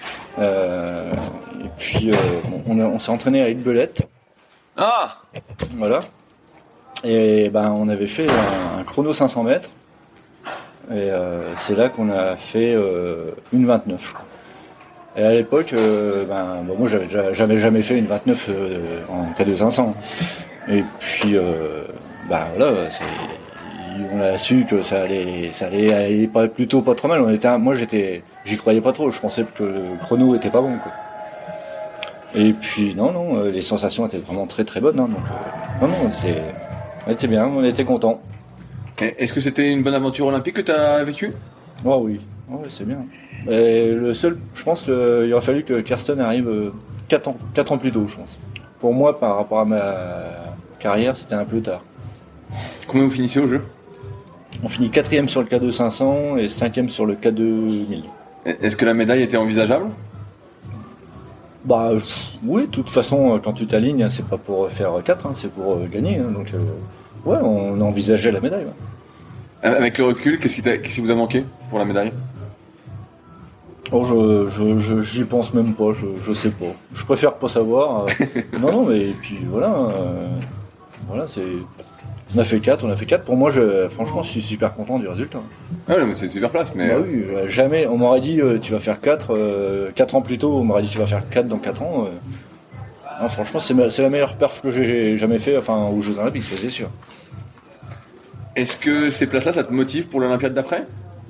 Euh, et puis, euh, on, a, on s'est entraîné à Île-Belette. Ah. Voilà. Et ben, on avait fait un, un chrono cinq cents mètres. Et euh, c'est là qu'on a fait euh, une vingt-neuf, je crois. Et à l'époque, euh, ben, bon, moi, j'avais, j'avais jamais fait une vingt-neuf euh, en K deux cinq cents. Et puis. Euh, Bah voilà, c'est, on a su que ça allait, ça allait aller pas, plutôt pas trop mal. On était, moi j'étais, j'y croyais pas trop. Je pensais que le chrono était pas bon, quoi. Et puis non, non, les sensations étaient vraiment très très bonnes. Hein, donc euh, non, non, on était, on était bien, on était contents. Est-ce que c'était une bonne aventure olympique que tu as vécue? Oh oui, oh, oui, c'est bien. Et le seul, je pense qu'il aurait fallu que Karsten arrive quatre ans, quatre ans plus tôt, je pense. Pour moi, par rapport à ma carrière, c'était un peu tard. Combien vous finissez au jeu? On finit quatrième sur le K deux cinq cents et cinquième sur le K deux mille. Est-ce que la médaille était envisageable? Bah oui, de toute façon, quand tu t'alignes, c'est pas pour faire quatre, hein, c'est pour gagner. Hein, donc euh, ouais, on envisageait la médaille. Ouais. Avec le recul, qu'est-ce qui, t'a, qu'est-ce qui vous a manqué pour la médaille? Oh, je, je, je, j'y pense même pas, je, je sais pas. Je préfère pas savoir. Euh, non, non, mais et puis voilà, euh, voilà, c'est. On a fait quatre, on a fait quatre. Pour moi, je, franchement, je suis super content du résultat. Ah ouais, mais c'est une super place. Mais... Bah oui, jamais. On m'aurait dit, euh, tu vas faire quatre. Euh, quatre ans plus tôt, on m'aurait dit, tu vas faire quatre dans quatre ans. Euh. Non, franchement, c'est, ma, c'est la meilleure perf que j'ai jamais fait, enfin, aux Jeux Olympiques, c'est sûr. Est-ce que ces places-là, ça te motive pour l'Olympiade d'après?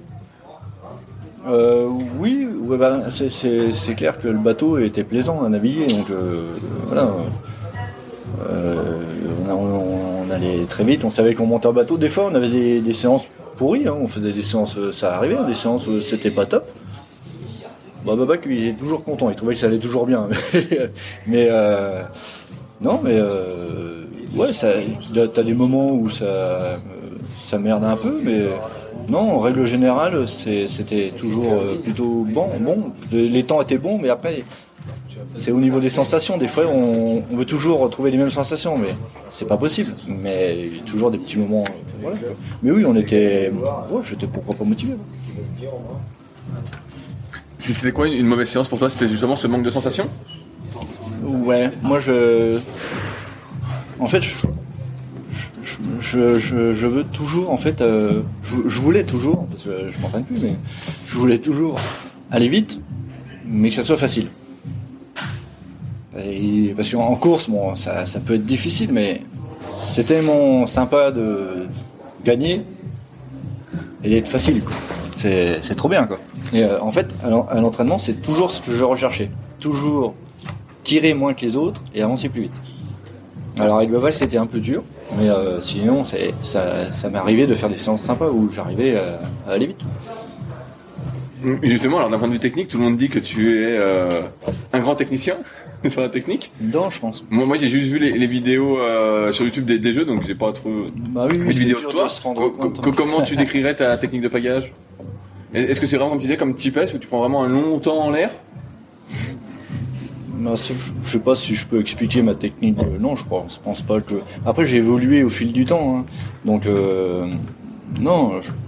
euh, Oui, ouais, bah, c'est, c'est, c'est clair que le bateau était plaisant à naviguer. Donc, euh, voilà. Euh, on, on, on allait très vite, on savait qu'on montait en bateau. Des fois, on avait des, des séances pourries, hein. On faisait des séances, ça arrivait, hein, des séances où c'était pas top. Bah, Babak, il est toujours content, il trouvait que ça allait toujours bien. mais euh, non, mais euh, ouais, ça, t'as des moments où ça, ça merde un peu, mais non, en règle générale, c'est, c'était toujours plutôt bon. Bon, les temps étaient bons, mais après. C'est au niveau des sensations. Des fois, on, on veut toujours retrouver les mêmes sensations, mais c'est pas possible. Mais il y a toujours des petits moments. Voilà. Mais oui, on était. Ouais, j'étais pourquoi pas motivé. C'était quoi une mauvaise séance pour toi? C'était justement ce manque de sensations? Ouais, moi je. En fait, je, je, je, je, je, je veux toujours, en fait, euh, je, je voulais toujours, parce que je m'entraîne plus, mais je voulais toujours aller vite, mais que ça soit facile. Et parce qu'en course, bon, ça, ça peut être difficile, mais c'est tellement sympa de gagner et d'être facile, quoi. C'est, c'est trop bien, quoi. Et euh, en fait, à l'entraînement, c'est toujours ce que je recherchais. Toujours tirer moins que les autres et avancer plus vite. Alors avec Baval, c'était un peu dur, mais euh, sinon, c'est, ça, ça m'est arrivé de faire des séances sympas où j'arrivais à, à aller vite. Justement, alors d'un point de vue technique, tout le monde dit que tu es euh, un grand technicien sur la technique. Non, je pense. Moi, moi j'ai juste vu les, les vidéos euh, sur YouTube des, des jeux, donc j'ai pas trop bah oui, oui, vu de vidéos de toi. De co- co- comment tu décrirais ta technique de pagage? Est-ce que c'est vraiment comme tu disais, comme T P S, où tu prends vraiment un long temps en l'air? Non, je sais pas si je peux expliquer ma technique. Non, je pense, je pense pas que. Après, j'ai évolué au fil du temps, hein. Donc euh, non. Je...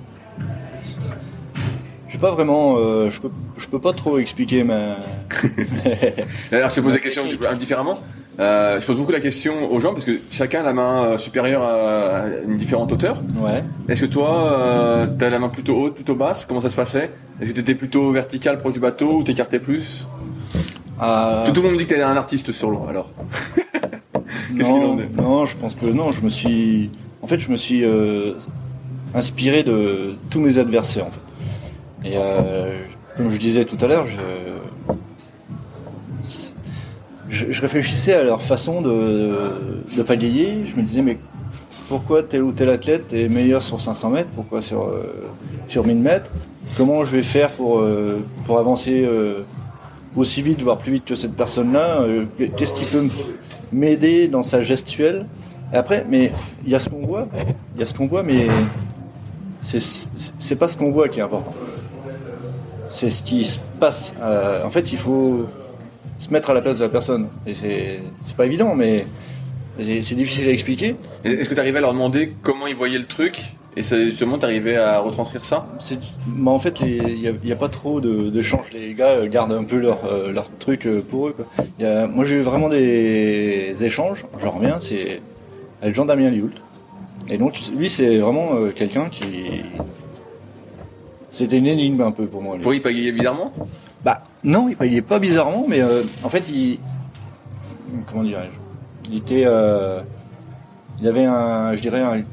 J'ai pas vraiment, euh, je peux, je peux pas trop expliquer ma. Alors je te pose la question différemment. Euh, je pose beaucoup la question aux gens parce que chacun a la main supérieure à une différente hauteur. Ouais. Est-ce que toi, euh, t'as la main plutôt haute, plutôt basse? Comment ça se passait? Est-ce que t'étais plutôt vertical, proche du bateau, ou t'écartais plus? euh... tout, tout le monde me dit que t'es un artiste sur l'eau. Alors. Non, non, je pense que non. Je me suis, en fait, je me suis euh, inspiré de tous mes adversaires, en fait. Et euh, comme je disais tout à l'heure, je, je, je réfléchissais à leur façon de, de pagayer. Je me disais, mais pourquoi tel ou tel athlète est meilleur sur cinq cents mètres? Pourquoi sur, euh, sur mille mètres? Comment je vais faire pour, euh, pour avancer euh, aussi vite, voire plus vite que cette personne-là? euh, Qu'est-ce qui peut m'aider dans sa gestuelle? Et après, mais il y a ce qu'on voit, il y a ce qu'on voit, mais c'est, c'est pas ce qu'on voit qui est important. C'est ce qui se passe. Euh, en fait, il faut se mettre à la place de la personne. Et c'est, c'est pas évident, mais c'est, c'est difficile à expliquer. Est-ce que tu arrivais à leur demander comment ils voyaient le truc? Et ça, justement, tu arrivais à retranscrire ça? c'est, bah En fait, il n'y a, a pas trop de, d'échanges. Les gars gardent un peu leur, euh, leur truc pour eux, quoi. Y a, moi, j'ai eu vraiment des échanges. J'en reviens, c'est avec Jean-Damien Lioult. Et donc, lui, c'est vraiment euh, quelqu'un qui... C'était une énigme un peu pour moi. Lui. Pour y pagayer bizarrement? Bah non, il payait pas bizarrement, mais euh, en fait, il... Comment dirais-je? Il était... Euh... Il avait un... Je dirais un...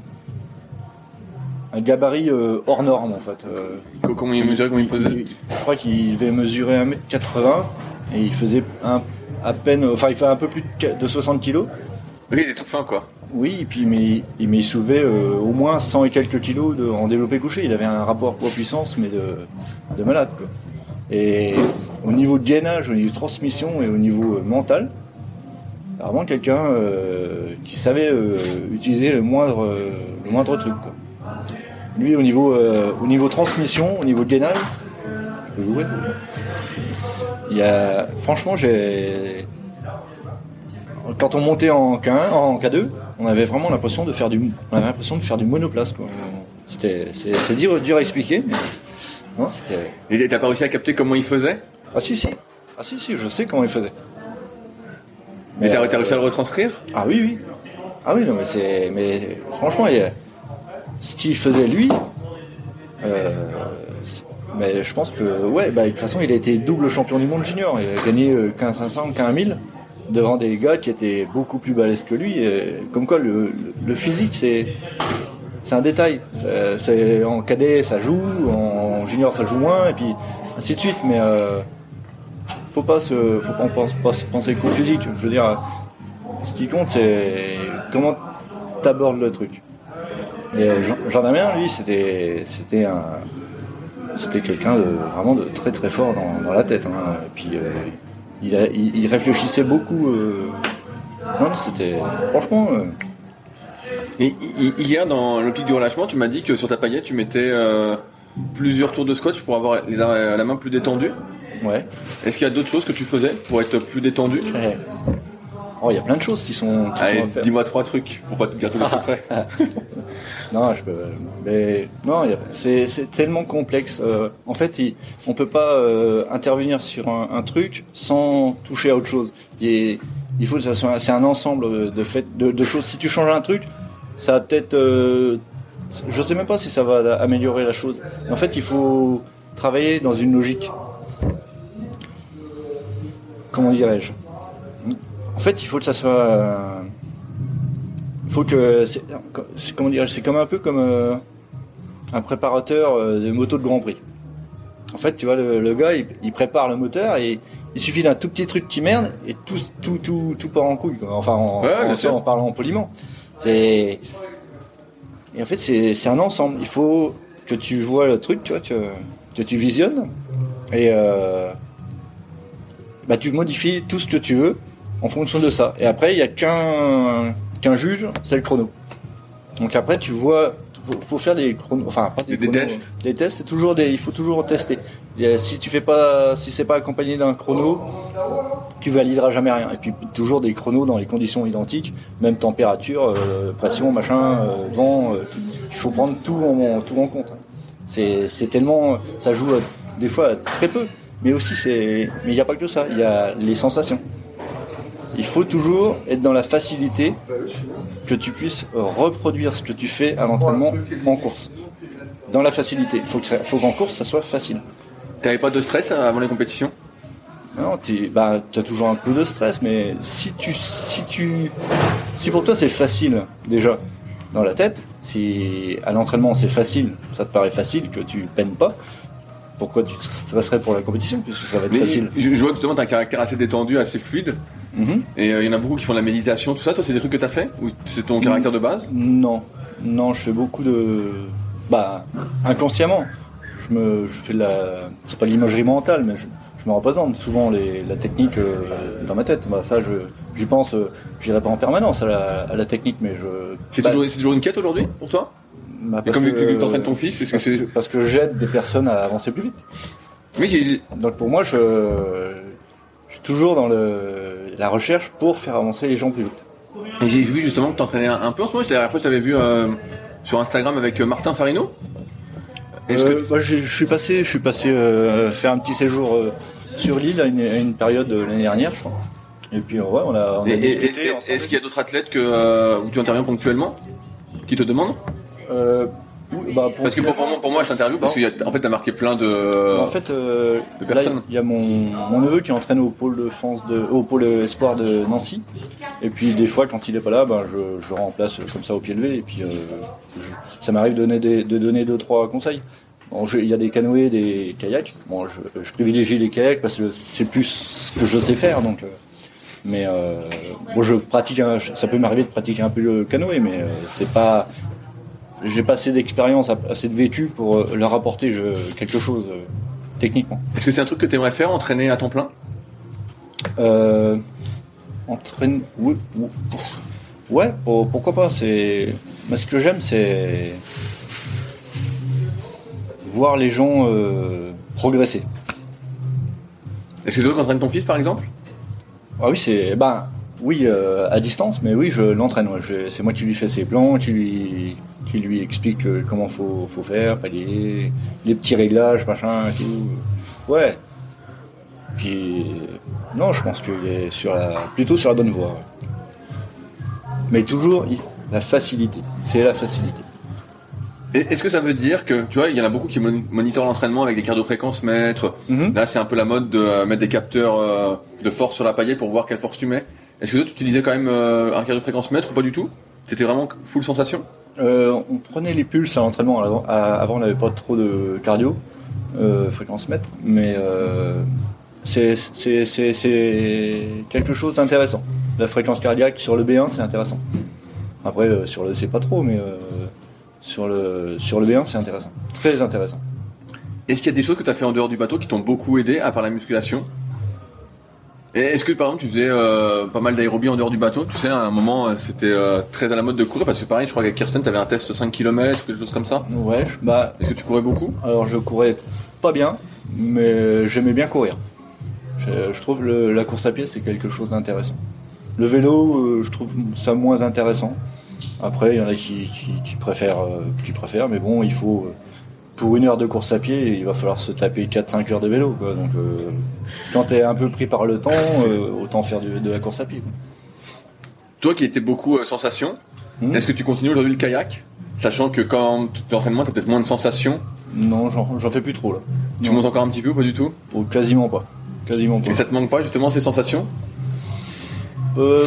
Un gabarit euh, hors norme, en fait. Euh... Comment il mesurait, comment il pesait? il... Je crois qu'il devait mesurer un mètre quatre-vingts et il faisait un... à peine... Enfin, il fait un peu plus de soixante kilos. Oui, il est tout fin, quoi. Oui, et puis mais, mais il soulevait euh, au moins cent et quelques kilos de, en développé couché. Il avait un rapport poids-puissance, mais de, de malade, quoi. Et au niveau de gainage, au niveau de transmission et au niveau euh, mental, vraiment quelqu'un euh, qui savait euh, utiliser le moindre, euh, le moindre truc, quoi. Lui, au niveau, euh, au niveau transmission, au niveau de gainage, je peux l'ouvrir. Il y a, franchement, j'ai... Quand on montait en K un, en K deux, on avait vraiment l'impression de faire du, on avait l'impression de faire du monoplace, quoi. C'était, c'est, c'est dur, dur à expliquer, mais non, c'était. Et t'as pas réussi à capter comment il faisait? Ah si, si, ah si, si, je sais comment il faisait. Mais euh, t'as, t'as réussi à le retranscrire? Ah oui, oui. Ah oui, non, mais c'est, mais franchement, il y a... ce qu'il faisait lui, euh... mais je pense que, ouais, bah de toute façon, il a été double champion du monde junior. Il a gagné quinze cinq cents, quinze mille. Devant des gars qui étaient beaucoup plus balèzes que lui. Et comme quoi, le, le, le physique, c'est, c'est un détail. C'est, c'est, en cadet, ça joue, en junior, ça joue moins, et puis ainsi de suite. Mais euh, faut pas se, faut pas, pas, pas se penser qu'au physique. Je veux dire, ce qui compte, c'est comment t'abordes le truc. Et Jean-Damien, lui, c'était, c'était un, c'était quelqu'un de vraiment de très très fort dans, dans la tête. Hein. Et puis euh, Il, a, il, il réfléchissait beaucoup. Euh... Non, c'était franchement. Euh... Et hier, dans l'optique du relâchement, tu m'as dit que sur ta paillette, tu mettais euh, plusieurs tours de scotch pour avoir les, la main plus détendue. Ouais. Est-ce qu'il y a d'autres choses que tu faisais pour être plus détendu? Ouais. Oh, il y a plein de choses qui sont. Qui Allez, sont à faire. Dis-moi trois trucs pour pas te dire tous les secrets. Non, je peux. Mais non, y a... c'est, c'est tellement complexe. Euh, en fait, il... on peut pas euh, intervenir sur un, un truc sans toucher à autre chose. Et il faut que ça soit. C'est un ensemble de fait de, de choses. Si tu changes un truc, ça va peut-être... Euh, je sais même pas si ça va améliorer la chose. En fait, il faut travailler dans une logique. Comment dirais-je ? En fait, il faut que ça soit... Euh, il faut que... C'est, c'est, comment dirais-je ? C'est comme un peu comme euh, un préparateur euh, de moto de Grand Prix. En fait, tu vois, le, le gars, il, il prépare le moteur et il suffit d'un tout petit truc qui merde et tout, tout, tout, tout part en couille, quoi. Enfin, en, ouais, en, en parlant poliment. C'est... Et en fait, c'est, c'est un ensemble. Il faut que tu vois le truc, tu vois, que, que tu visionnes et euh, bah, tu modifies tout ce que tu veux en fonction de ça. Et après, il n'y a qu'un, qu'un juge, c'est le chrono. Donc après, tu vois, faut, faut faire des chronos, enfin pas des, des chronos, tests. Des tests, c'est toujours des, il faut toujours tester. Et si tu fais pas, si c'est pas accompagné d'un chrono, tu valideras jamais rien. Et puis toujours des chronos dans les conditions identiques, même température, euh, pression, machin, euh, vent. Euh, il faut prendre tout en, tout en compte. C'est, c'est tellement, ça joue à, des fois à très peu, mais aussi c'est, mais il n'y a pas que ça. Il y a les sensations. Il faut toujours être dans la facilité que tu puisses reproduire ce que tu fais à l'entraînement en course. Dans la facilité. Il faut, que ça, faut qu'en course, ça soit facile. T'avais pas de stress avant les compétitions ? Non, tu bah, as toujours un peu de stress, mais si tu, si tu, si pour toi c'est facile déjà dans la tête, si à l'entraînement c'est facile, ça te paraît facile, que tu peines pas, pourquoi tu te stresserais pour la compétition puisque ça va être mais facile. Je, je vois que justement t'as un caractère assez détendu, assez fluide, mm-hmm. et il euh, y en a beaucoup qui font de la méditation, tout ça. Toi, c'est des trucs que t'as fait ou c'est ton caractère de base ? Non, non, je fais beaucoup de, bah, inconsciemment. Je me, je fais de la, c'est pas l'imagerie mentale, mais je, je me représente souvent les, la technique euh, dans ma tête. Bah, ça, je, j'y pense. Euh, j'irai pas en permanence à la, à la technique, mais je. C'est, bah, toujours, c'est toujours une quête aujourd'hui pour toi ? Bah, et comme que, tu t'entraînes ton fils, est-ce parce que c'est que, parce que j'aide des personnes à avancer plus vite. Oui, j'ai... Donc pour moi, je, je suis toujours dans le, la recherche pour faire avancer les gens plus vite. Et j'ai vu justement que t'entraînais un, un peu en ce moment. La dernière fois, je t'avais vu euh, sur Instagram avec Martin Farino. Est-ce euh, que... bah, je, je suis passé, je suis passé euh, faire un petit séjour euh, sur l'île à une, à une période euh, l'année dernière, je crois. Et puis ouais, on a, on a et, discuté. Et, et, est-ce qu'il y a d'autres athlètes que euh, où tu interviens ponctuellement qui te demandent ? euh, bah, Parce que pour, pour, moi, pour moi, je t'interviewe parce qu'en fait, t'as marqué plein de, en fait, euh, de personnes. Il y a mon, mon neveu qui entraîne au pôle de France, de, au pôle espoir de Nancy. Et puis des fois, quand il est pas là, ben je, je remplace comme ça au pied levé. Et puis euh, je, ça m'arrive de donner des, de donner deux trois conseils. Bon, il y a des canoës, des kayaks. Bon, je, je privilégie les kayaks parce que c'est plus ce que je sais faire. Donc, euh, mais euh, bon, je pratique. Un, ça peut m'arriver de pratiquer un peu le canoë, mais euh, c'est pas. J'ai pas assez d'expérience, assez de vécu pour leur apporter je, quelque chose euh, techniquement. Est-ce que c'est un truc que tu aimerais faire, entraîner à temps plein ? euh, Entraîner, oui, oui. Ouais, pour, pourquoi pas. C'est, mais ce que j'aime, c'est voir les gens euh, progresser. Est-ce que c'est toi qui entraînes ton fils, par exemple ? Ah oui, c'est, ben, oui, euh, à distance, mais oui, je l'entraîne. Ouais. Je, c'est moi qui lui fais ses plans, qui lui, qui lui explique euh, comment faut, faut faire, les, les petits réglages, machin, et tout. Ouais. Puis, non, je pense qu'il est sur la, plutôt sur la bonne voie. Ouais. Mais toujours, la facilité. C'est la facilité. Et est-ce que ça veut dire que, tu vois, il y en a beaucoup qui monitorent l'entraînement avec des cardiofréquences mètres. Mm-hmm. Là, c'est un peu la mode de euh, mettre des capteurs euh, de force sur la paillette pour voir quelle force tu mets. Est-ce que toi, tu utilisais quand même euh, un cardiofréquence mètre ou pas du tout ? T'étais vraiment full sensation ? euh, On prenait les pulses à l'entraînement. Avant, avant on n'avait pas trop de cardio, euh, fréquence mètre, mais euh, c'est, c'est, c'est, c'est quelque chose d'intéressant. La fréquence cardiaque sur le B un, c'est intéressant. Après, euh, sur le C, pas trop, mais euh, sur le, sur le B un, c'est intéressant. Très intéressant. Est-ce qu'il y a des choses que tu as fait en dehors du bateau qui t'ont beaucoup aidé, à part la musculation ? Et est-ce que par exemple tu faisais euh, pas mal d'aérobie en dehors du bateau ? Tu sais, à un moment c'était euh, très à la mode de courir, parce que pareil, je crois qu'avec Kirsten t'avais un test cinq kilomètres, quelque chose comme ça. Ouais, je, bah. Est-ce que tu courais beaucoup ? Alors je courais pas bien, mais j'aimais bien courir. Je, je trouve le, la course à pied c'est quelque chose d'intéressant. Le vélo, euh, je trouve ça moins intéressant. Après, il y en a qui, qui, qui préfèrent, euh, qui préfèrent, mais bon, il faut. Euh, Pour une heure de course à pied, il va falloir se taper quatre cinq heures de vélo, quoi. Donc, euh, quand t'es un peu pris par le temps, euh, autant faire de, de la course à pied, quoi. Toi qui étais beaucoup euh, sensation, Mmh. Est-ce que tu continues aujourd'hui le kayak, sachant que quand tu es entraînement, tu as peut-être moins de sensations? Non, j'en, j'en fais plus trop là. Tu non. montes encore un petit peu ou pas du tout? Oh, quasiment pas. Quasiment pas. Et ça te manque pas justement ces sensations? Euh...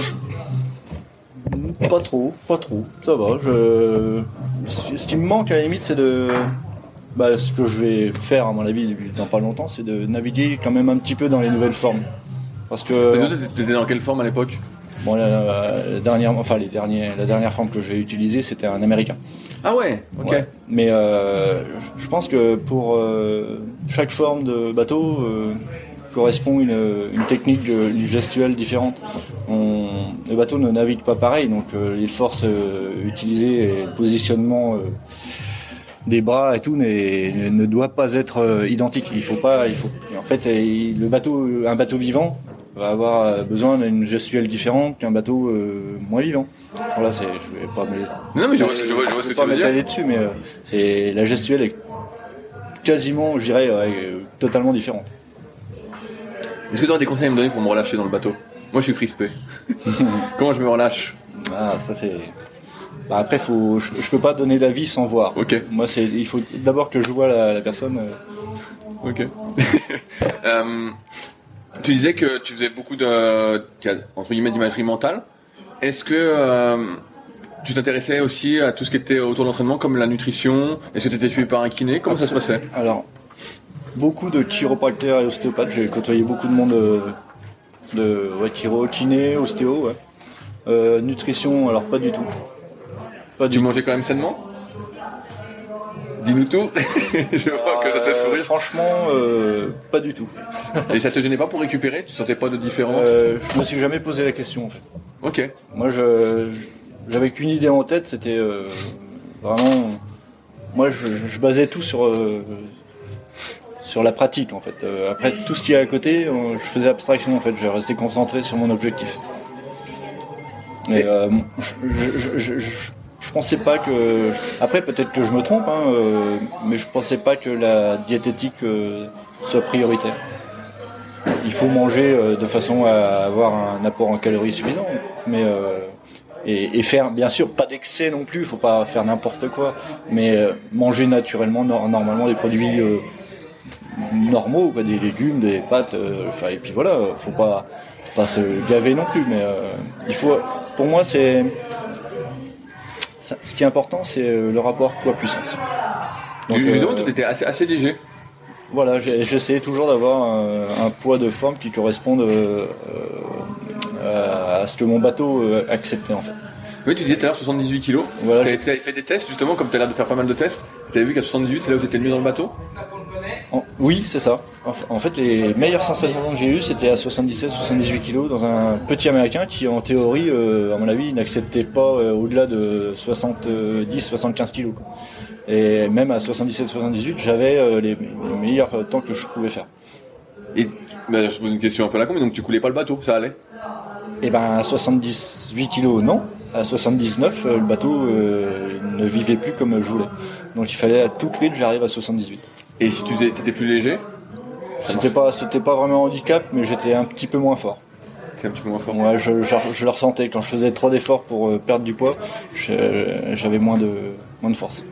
Pas trop, pas trop. Ça va. Je... Ce qui me manque à la limite, c'est de... Bah, ce que je vais faire à mon avis dans pas longtemps, c'est de naviguer quand même un petit peu dans les nouvelles formes. Parce que... Parce que t'étais dans quelle forme à l'époque? Bon, la, la, dernière, enfin, les derniers, la dernière forme que j'ai utilisée, c'était un américain. Ah ouais, ok. Ouais. Mais euh, je pense que pour euh, chaque forme de bateau euh, correspond une, une technique, une gestuelle différente. On, le bateau ne navigue pas pareil, donc euh, les forces euh, utilisées et le positionnement euh, des bras et tout ne, ne doit pas être euh, identique. Il faut pas, il faut. En fait, le bateau, un bateau vivant va avoir besoin d'une gestuelle différente qu'un bateau euh, moins vivant. Voilà, c'est, je vais pas me... Non, mais je vois, je vois, je vois ce que tu veux dire. aller dessus, mais euh, c'est la gestuelle est quasiment, je dirais, ouais, euh, totalement différente. Est-ce que tu aurais des conseils à me donner pour me relâcher dans le bateau? Moi, je suis crispé. Comment je me relâche? Ah, ça c'est. Bah, après, faut, je, je peux pas donner l'avis sans voir. Ok. Moi, c'est, il faut d'abord que je vois la, la personne. Euh... Ok. euh, tu disais que tu faisais beaucoup de, entre guillemets, d'imagerie mentale. Est-ce que euh, tu t'intéressais aussi à tout ce qui était autour de l'entraînement, comme la nutrition? Est-ce que tu étais suivi par un kiné? Comment Absolument. Ça se passait? Alors, beaucoup de chiropracteurs et ostéopathes. J'ai côtoyé beaucoup de monde de, de ouais, chiro, kiné, ostéo. Ouais. Euh, nutrition, alors pas du tout. Pas tu du mangeais tout. quand même sainement? Dis-nous tout. Je vois que ça t'a souri. Euh, franchement, euh, pas du tout. Et ça te gênait pas pour récupérer? Tu sentais pas de différence? euh, Je me suis jamais posé la question en fait. Ok. Moi, je, j'avais qu'une idée en tête, c'était euh, vraiment. Moi, je, je basais tout sur euh, sur la pratique en fait. Euh, après, tout ce qui est à côté, euh, je faisais abstraction en fait. Je restais concentré sur mon objectif. Et, Et... Euh, je, je, je, je, je pensais pas que. Après, peut-être que je me trompe, hein, euh, mais je pensais pas que la diététique euh, soit prioritaire. Il faut manger euh, de façon à avoir un apport en calories suffisant, mais euh, et, et faire bien sûr pas d'excès non plus. Il faut pas faire n'importe quoi, mais euh, manger naturellement, no- normalement des produits euh, normaux, quoi, des légumes, des pâtes. Euh, et puis voilà, faut pas, faut pas se gaver non plus. Mais euh, il faut. Pour moi, c'est ça, ce qui est important, c'est le rapport poids-puissance. Donc, justement, euh, tu étais assez, assez léger. Voilà, j'essaie toujours d'avoir un, un poids de forme qui corresponde euh, euh, à ce que mon bateau euh, acceptait en fait. Oui, tu disais tout à l'heure soixante-dix-huit kilos. Voilà, tu avais fait, fait des tests justement, comme tu as l'air de faire pas mal de tests. Tu avais vu qu'à soixante-dix-huit, c'est là où tu étais le mieux dans le bateau? en, Oui, c'est ça. En, en fait, les meilleures sensations que j'ai eues, c'était à soixante-dix-sept soixante-dix-huit kilos dans un petit américain qui, en théorie, euh, à mon avis, n'acceptait pas euh, au-delà de soixante-dix soixante-quinze kilos. Quoi. Et même à soixante-dix-sept soixante-dix-huit, j'avais euh, les, les meilleurs temps que je pouvais faire. Et bah, je te pose une question un peu à la con, mais donc tu coulais pas le bateau, ça allait? Eh ben, à soixante-dix-huit kilos, non. À soixante-dix-neuf, euh, le bateau euh, ne vivait plus comme je voulais. Donc il fallait à tout prix que j'arrive à soixante-dix-huit. Et si tu étais plus léger? C'était pas, c'était pas vraiment un handicap, mais j'étais un petit peu moins fort. C'est un petit peu moins fort. Ouais, je, je, je le ressentais. Quand je faisais trop d'efforts pour euh, perdre du poids, je, j'avais moins de, moins de force.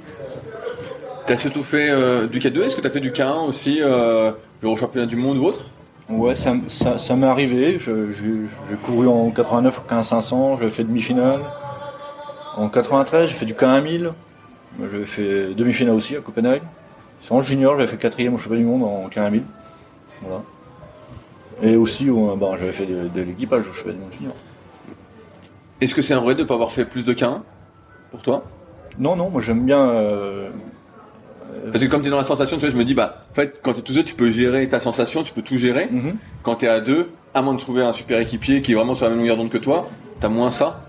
T'as surtout fait euh, du K deux, est-ce que t'as fait du K un aussi, euh, genre au championnat du monde ou autre? Ouais, ça, ça, ça m'est arrivé. Je, je, j'ai couru en quatre-vingt-neuf au K un cinq cents, j'ai fait demi-finale. En quatre-vingt-treize, j'ai fait du K un mille. J'ai fait demi-finale aussi à Copenhague. En junior, j'avais fait quatrième au championnat du monde en K un mille. Voilà. Et aussi, ben, j'avais fait de, de l'équipage au championnat du monde junior. Est-ce que c'est un vrai de ne pas avoir fait plus de K un pour toi? Non, non, moi j'aime bien. Euh, Parce que comme tu es dans la sensation, tu vois, je me dis, bah, en fait, quand tu es tout seul, tu peux gérer ta sensation, tu peux tout gérer. Mm-hmm. Quand tu es à deux, à moins de trouver un super équipier qui est vraiment sur la même longueur d'onde que toi, tu as moins ça.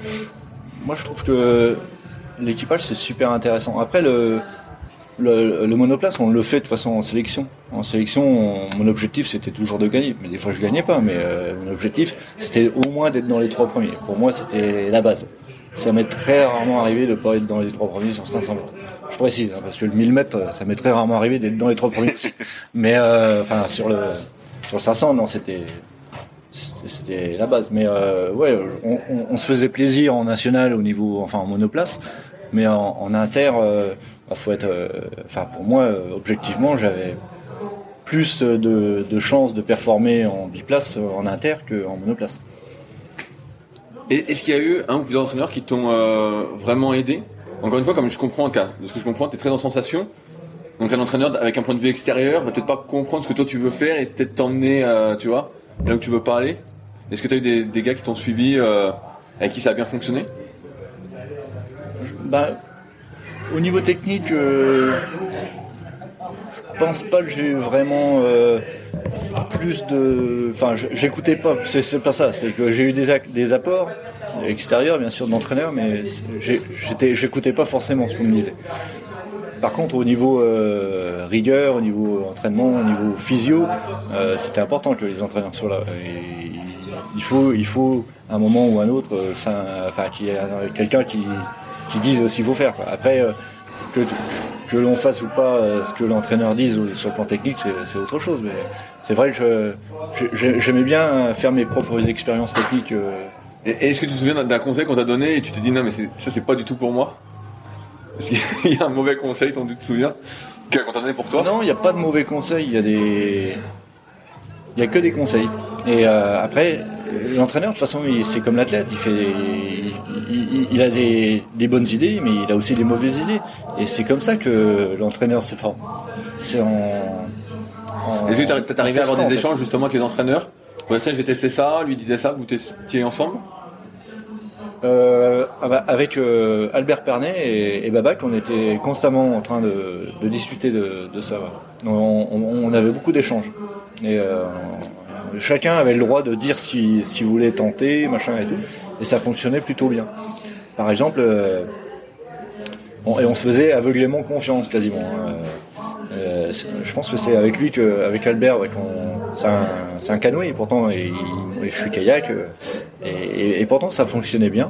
Moi, je trouve que l'équipage, c'est super intéressant. Après, le, le, le monoplace, on le fait de toute façon en sélection. En sélection, on, mon objectif, c'était toujours de gagner. Mais des fois, je gagnais pas. Mais euh, mon objectif, c'était au moins d'être dans les trois premiers. Pour moi, c'était la base. Ça m'est très rarement arrivé de ne pas être dans les trois premiers sur cinq cents mètres. Je précise, hein, parce que le mille mètres, ça m'est très rarement arrivé d'être dans les trois premiers aussi. Mais, euh, enfin, sur le, sur le cinq cents, non, c'était, c'était la base. Mais euh, ouais, on, on, on se faisait plaisir en national au niveau, enfin en monoplace, mais en, en inter, euh, bah, faut être, euh, enfin pour moi, euh, objectivement, j'avais plus de, de chances de performer en biplace en inter qu'en monoplace. Et est-ce qu'il y a eu un ou plusieurs entraîneurs qui t'ont euh, vraiment aidé? Encore une fois, comme je comprends, de ce que je comprends, tu es très en sensation. Donc un entraîneur avec un point de vue extérieur va peut-être pas comprendre ce que toi tu veux faire et peut-être t'emmener, euh, tu vois, là où tu veux pas aller. Est-ce que tu as eu des, des gars qui t'ont suivi, euh, avec qui ça a bien fonctionné? Bah, au niveau technique, euh, je pense pas que j'ai vraiment euh, plus de... Enfin, j'écoutais pas, c'est, c'est pas ça, c'est que j'ai eu des, des apports extérieurs, bien sûr, d'entraîneurs, mais j'ai, j'étais, j'écoutais pas forcément ce qu'on me disait. Par contre, au niveau euh, rigueur, au niveau entraînement, au niveau physio, euh, c'était important que les entraîneurs soient là. Et il faut, il faut, à un moment ou à un autre, euh, ça, enfin, qu'il y ait quelqu'un qui, qui dise ce qu'il faut faire, quoi. Après, euh, que, que l'on fasse ou pas euh, ce que l'entraîneur dise sur le plan technique, c'est, c'est autre chose. Mais c'est vrai que je, je, j'aimais bien faire mes propres expériences techniques. Euh. Et est-ce que tu te souviens d'un conseil qu'on t'a donné et tu t'es dit non mais c'est, ça c'est pas du tout pour moi? Est-ce qu'il y a un mauvais conseil dont tu te souviens qu'on t'a donné pour toi? Non, il n'y a pas de mauvais conseils, il y a des... Il n'y a que des conseils. Et euh, après, l'entraîneur, de toute façon, il, c'est comme l'athlète, il, fait, il, il, il a des, des bonnes idées, mais il a aussi des mauvaises idées. Et c'est comme ça que l'entraîneur se forme. C'est en... en Est-ce que t'es arrivé à avoir des échanges justement avec les entraîneurs? Ouais, tiens, je vais tester ça, lui disait ça, vous testiez ensemble? Euh, avec euh, Albert Pernet et, et Babac, on était constamment en train de, de discuter de, de ça. On, on, on avait beaucoup d'échanges. Et euh, chacun avait le droit de dire ce qu'il, ce qu'il voulait tenter, machin et tout. Et ça fonctionnait plutôt bien. Par exemple, euh, on, et on se faisait aveuglément confiance quasiment. Hein. Euh, je pense que c'est avec lui, que, avec Albert, ouais, qu'on, c'est, un, c'est un canoë, et pourtant et, et je suis kayak, et, et, et pourtant ça fonctionnait bien.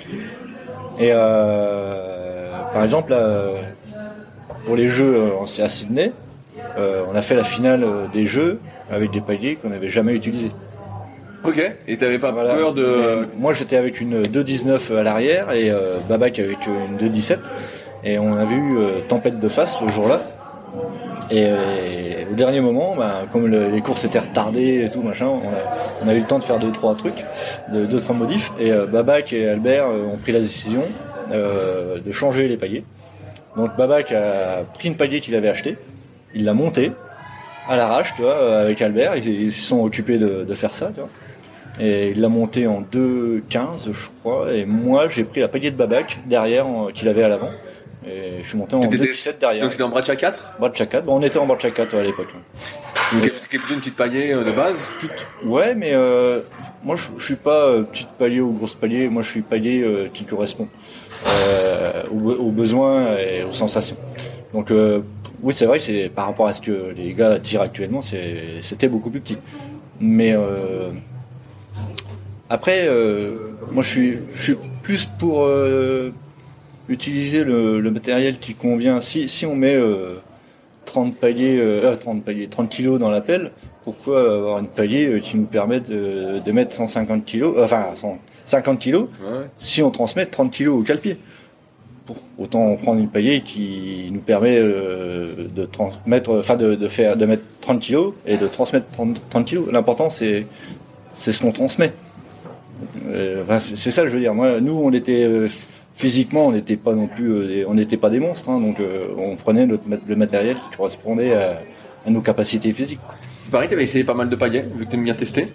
Et euh, par exemple, là, pour les jeux à Sydney, euh, on a fait la finale des jeux avec des paliers qu'on n'avait jamais utilisés. Ok, et t'avais pas voilà. peur de... Et moi j'étais avec une deux dix-neuf à l'arrière et euh, Babac avec une deux dix-sept, et on avait eu euh, tempête de face le jour-là. Et, et au dernier moment, ben, comme le, les courses étaient retardées et tout machin, on a, on a eu le temps de faire deux trois trucs, de, deux trois modifs. Et euh, Babac et Albert euh, ont pris la décision euh, de changer les paliers. Donc Babac a pris une palier qu'il avait acheté, il l'a monté à l'arrache, tu vois, avec Albert. Ils, ils se sont occupés de, de faire ça, tu vois. Et il l'a monté en deux quinze, je crois. Et moi, j'ai pris la palier de Babac derrière en, qu'il avait à l'avant. Et je suis monté en deux dix-sept derrière. Donc c'était en Bradshaw quatre? Bradshaw quatre, bon, on était en Bradshaw quatre à l'époque. Donc ouais. Qui est plutôt une petite palier de base? Ouais, mais euh, moi je, je suis pas euh, petite palier ou grosse palier, moi je suis palier euh, qui correspond euh, aux, aux besoins et aux sensations. Donc euh, oui, c'est vrai que c'est, par rapport à ce que les gars tirent actuellement, c'est, c'était beaucoup plus petit. Mais euh, après, euh, moi je suis, je suis plus pour... Euh, utiliser le, le matériel qui convient. Si, si on met euh, trente paliers, euh, trente paliers, trente kilos dans la pelle, pourquoi avoir une palier qui nous permet de, de mettre cent cinquante kilos, enfin cent cinquante kilos, ouais. Si on transmet trente kilos au cale-pied? Pour, autant prendre une palier qui nous permet euh, de transmettre, enfin de, de faire, de mettre trente kilos et de transmettre trente, trente kilos. L'important c'est, c'est ce qu'on transmet. Euh, enfin, c'est, c'est ça que je veux dire. Moi, nous on était euh, physiquement, on n'était pas non plus, euh, on n'était pas des monstres, hein, donc euh, on prenait notre, le matériel qui correspondait à, à nos capacités physiques. Il paraît que tu avais essayé pas mal de pagaies, vu que tu aimes bien tester.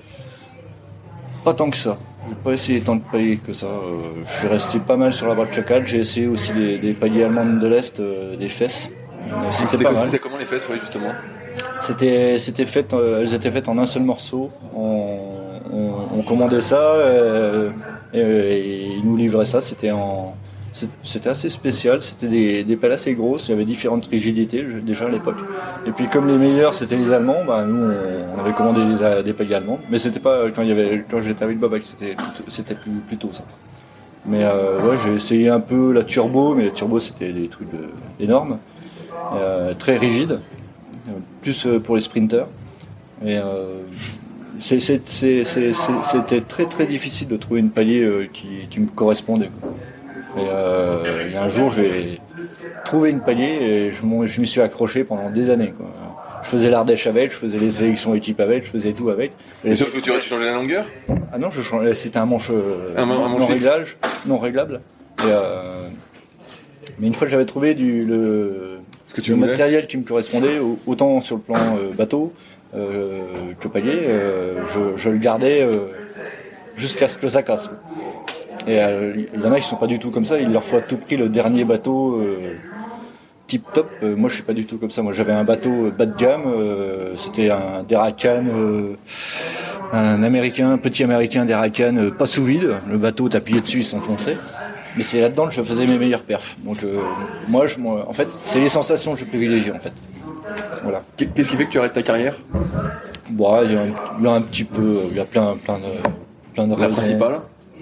Pas tant que ça. J'ai pas essayé tant de paliers que ça. Euh, je suis resté pas mal sur la Bradshaw quatre. J'ai essayé aussi des, des paliers allemandes de l'Est, euh, des fesses. Euh, c'était, c'était pas mal. C'était comment les fesses, ouais, justement? C'était, c'était fait, euh, elles étaient faites en un seul morceau. On, on, on commandait ça euh, et, et ils nous livraient ça. C'était en, c'était assez spécial. C'était des, des pelles assez grosses. Il y avait différentes rigidités déjà à l'époque. Et puis comme les meilleurs c'était les Allemands, bah, nous on, on avait commandé des, des paliers allemands. Mais c'était pas quand il y avait quand j'étais avec Babac, c'était c'était plus plutôt ça. Mais euh, ouais, j'ai essayé un peu la turbo, mais la turbo c'était des trucs de, énormes, euh, très rigides, plus pour les sprinters. Et euh, c'est, c'est, c'est, c'est, c'était très très difficile de trouver une palier euh, qui, qui me correspondait. Quoi. Et euh, il y a un jour, j'ai trouvé une palier et je, je m'y suis accroché pendant des années. Quoi. Je faisais l'Ardèche avec, je faisais les sélections équipes avec, je faisais tout avec. Mais sauf que tu, tu changeais la longueur ? Ah non, je changeais, c'était un manche, euh, un, un manche non, fixe. réglage, non réglable. Et, euh, mais une fois que j'avais trouvé du, le, Ce que tu le voulais. matériel qui me correspondait, autant sur le plan euh, bateau euh, que palier, euh, je, je le gardais euh, jusqu'à ce que ça casse. Et il euh, y en a qui sont pas du tout comme ça, il leur faut à tout prix le dernier bateau euh, tip top. Euh, moi je suis pas du tout comme ça, moi j'avais un bateau euh, bas de gamme, euh, c'était un Deracan, euh, un américain, petit américain Deracan, euh, pas sous vide, le bateau t'appuyais dessus il s'enfonçait. Mais c'est là-dedans que je faisais mes meilleurs perfs. Donc euh, moi, je, moi, en fait, c'est les sensations que je privilégie en fait. Voilà. Qu'est-ce qui fait que tu arrêtes ta carrière ? Bon, il y a un, il y a un petit peu, il y a plein, plein de, plein de La raisons. principale ?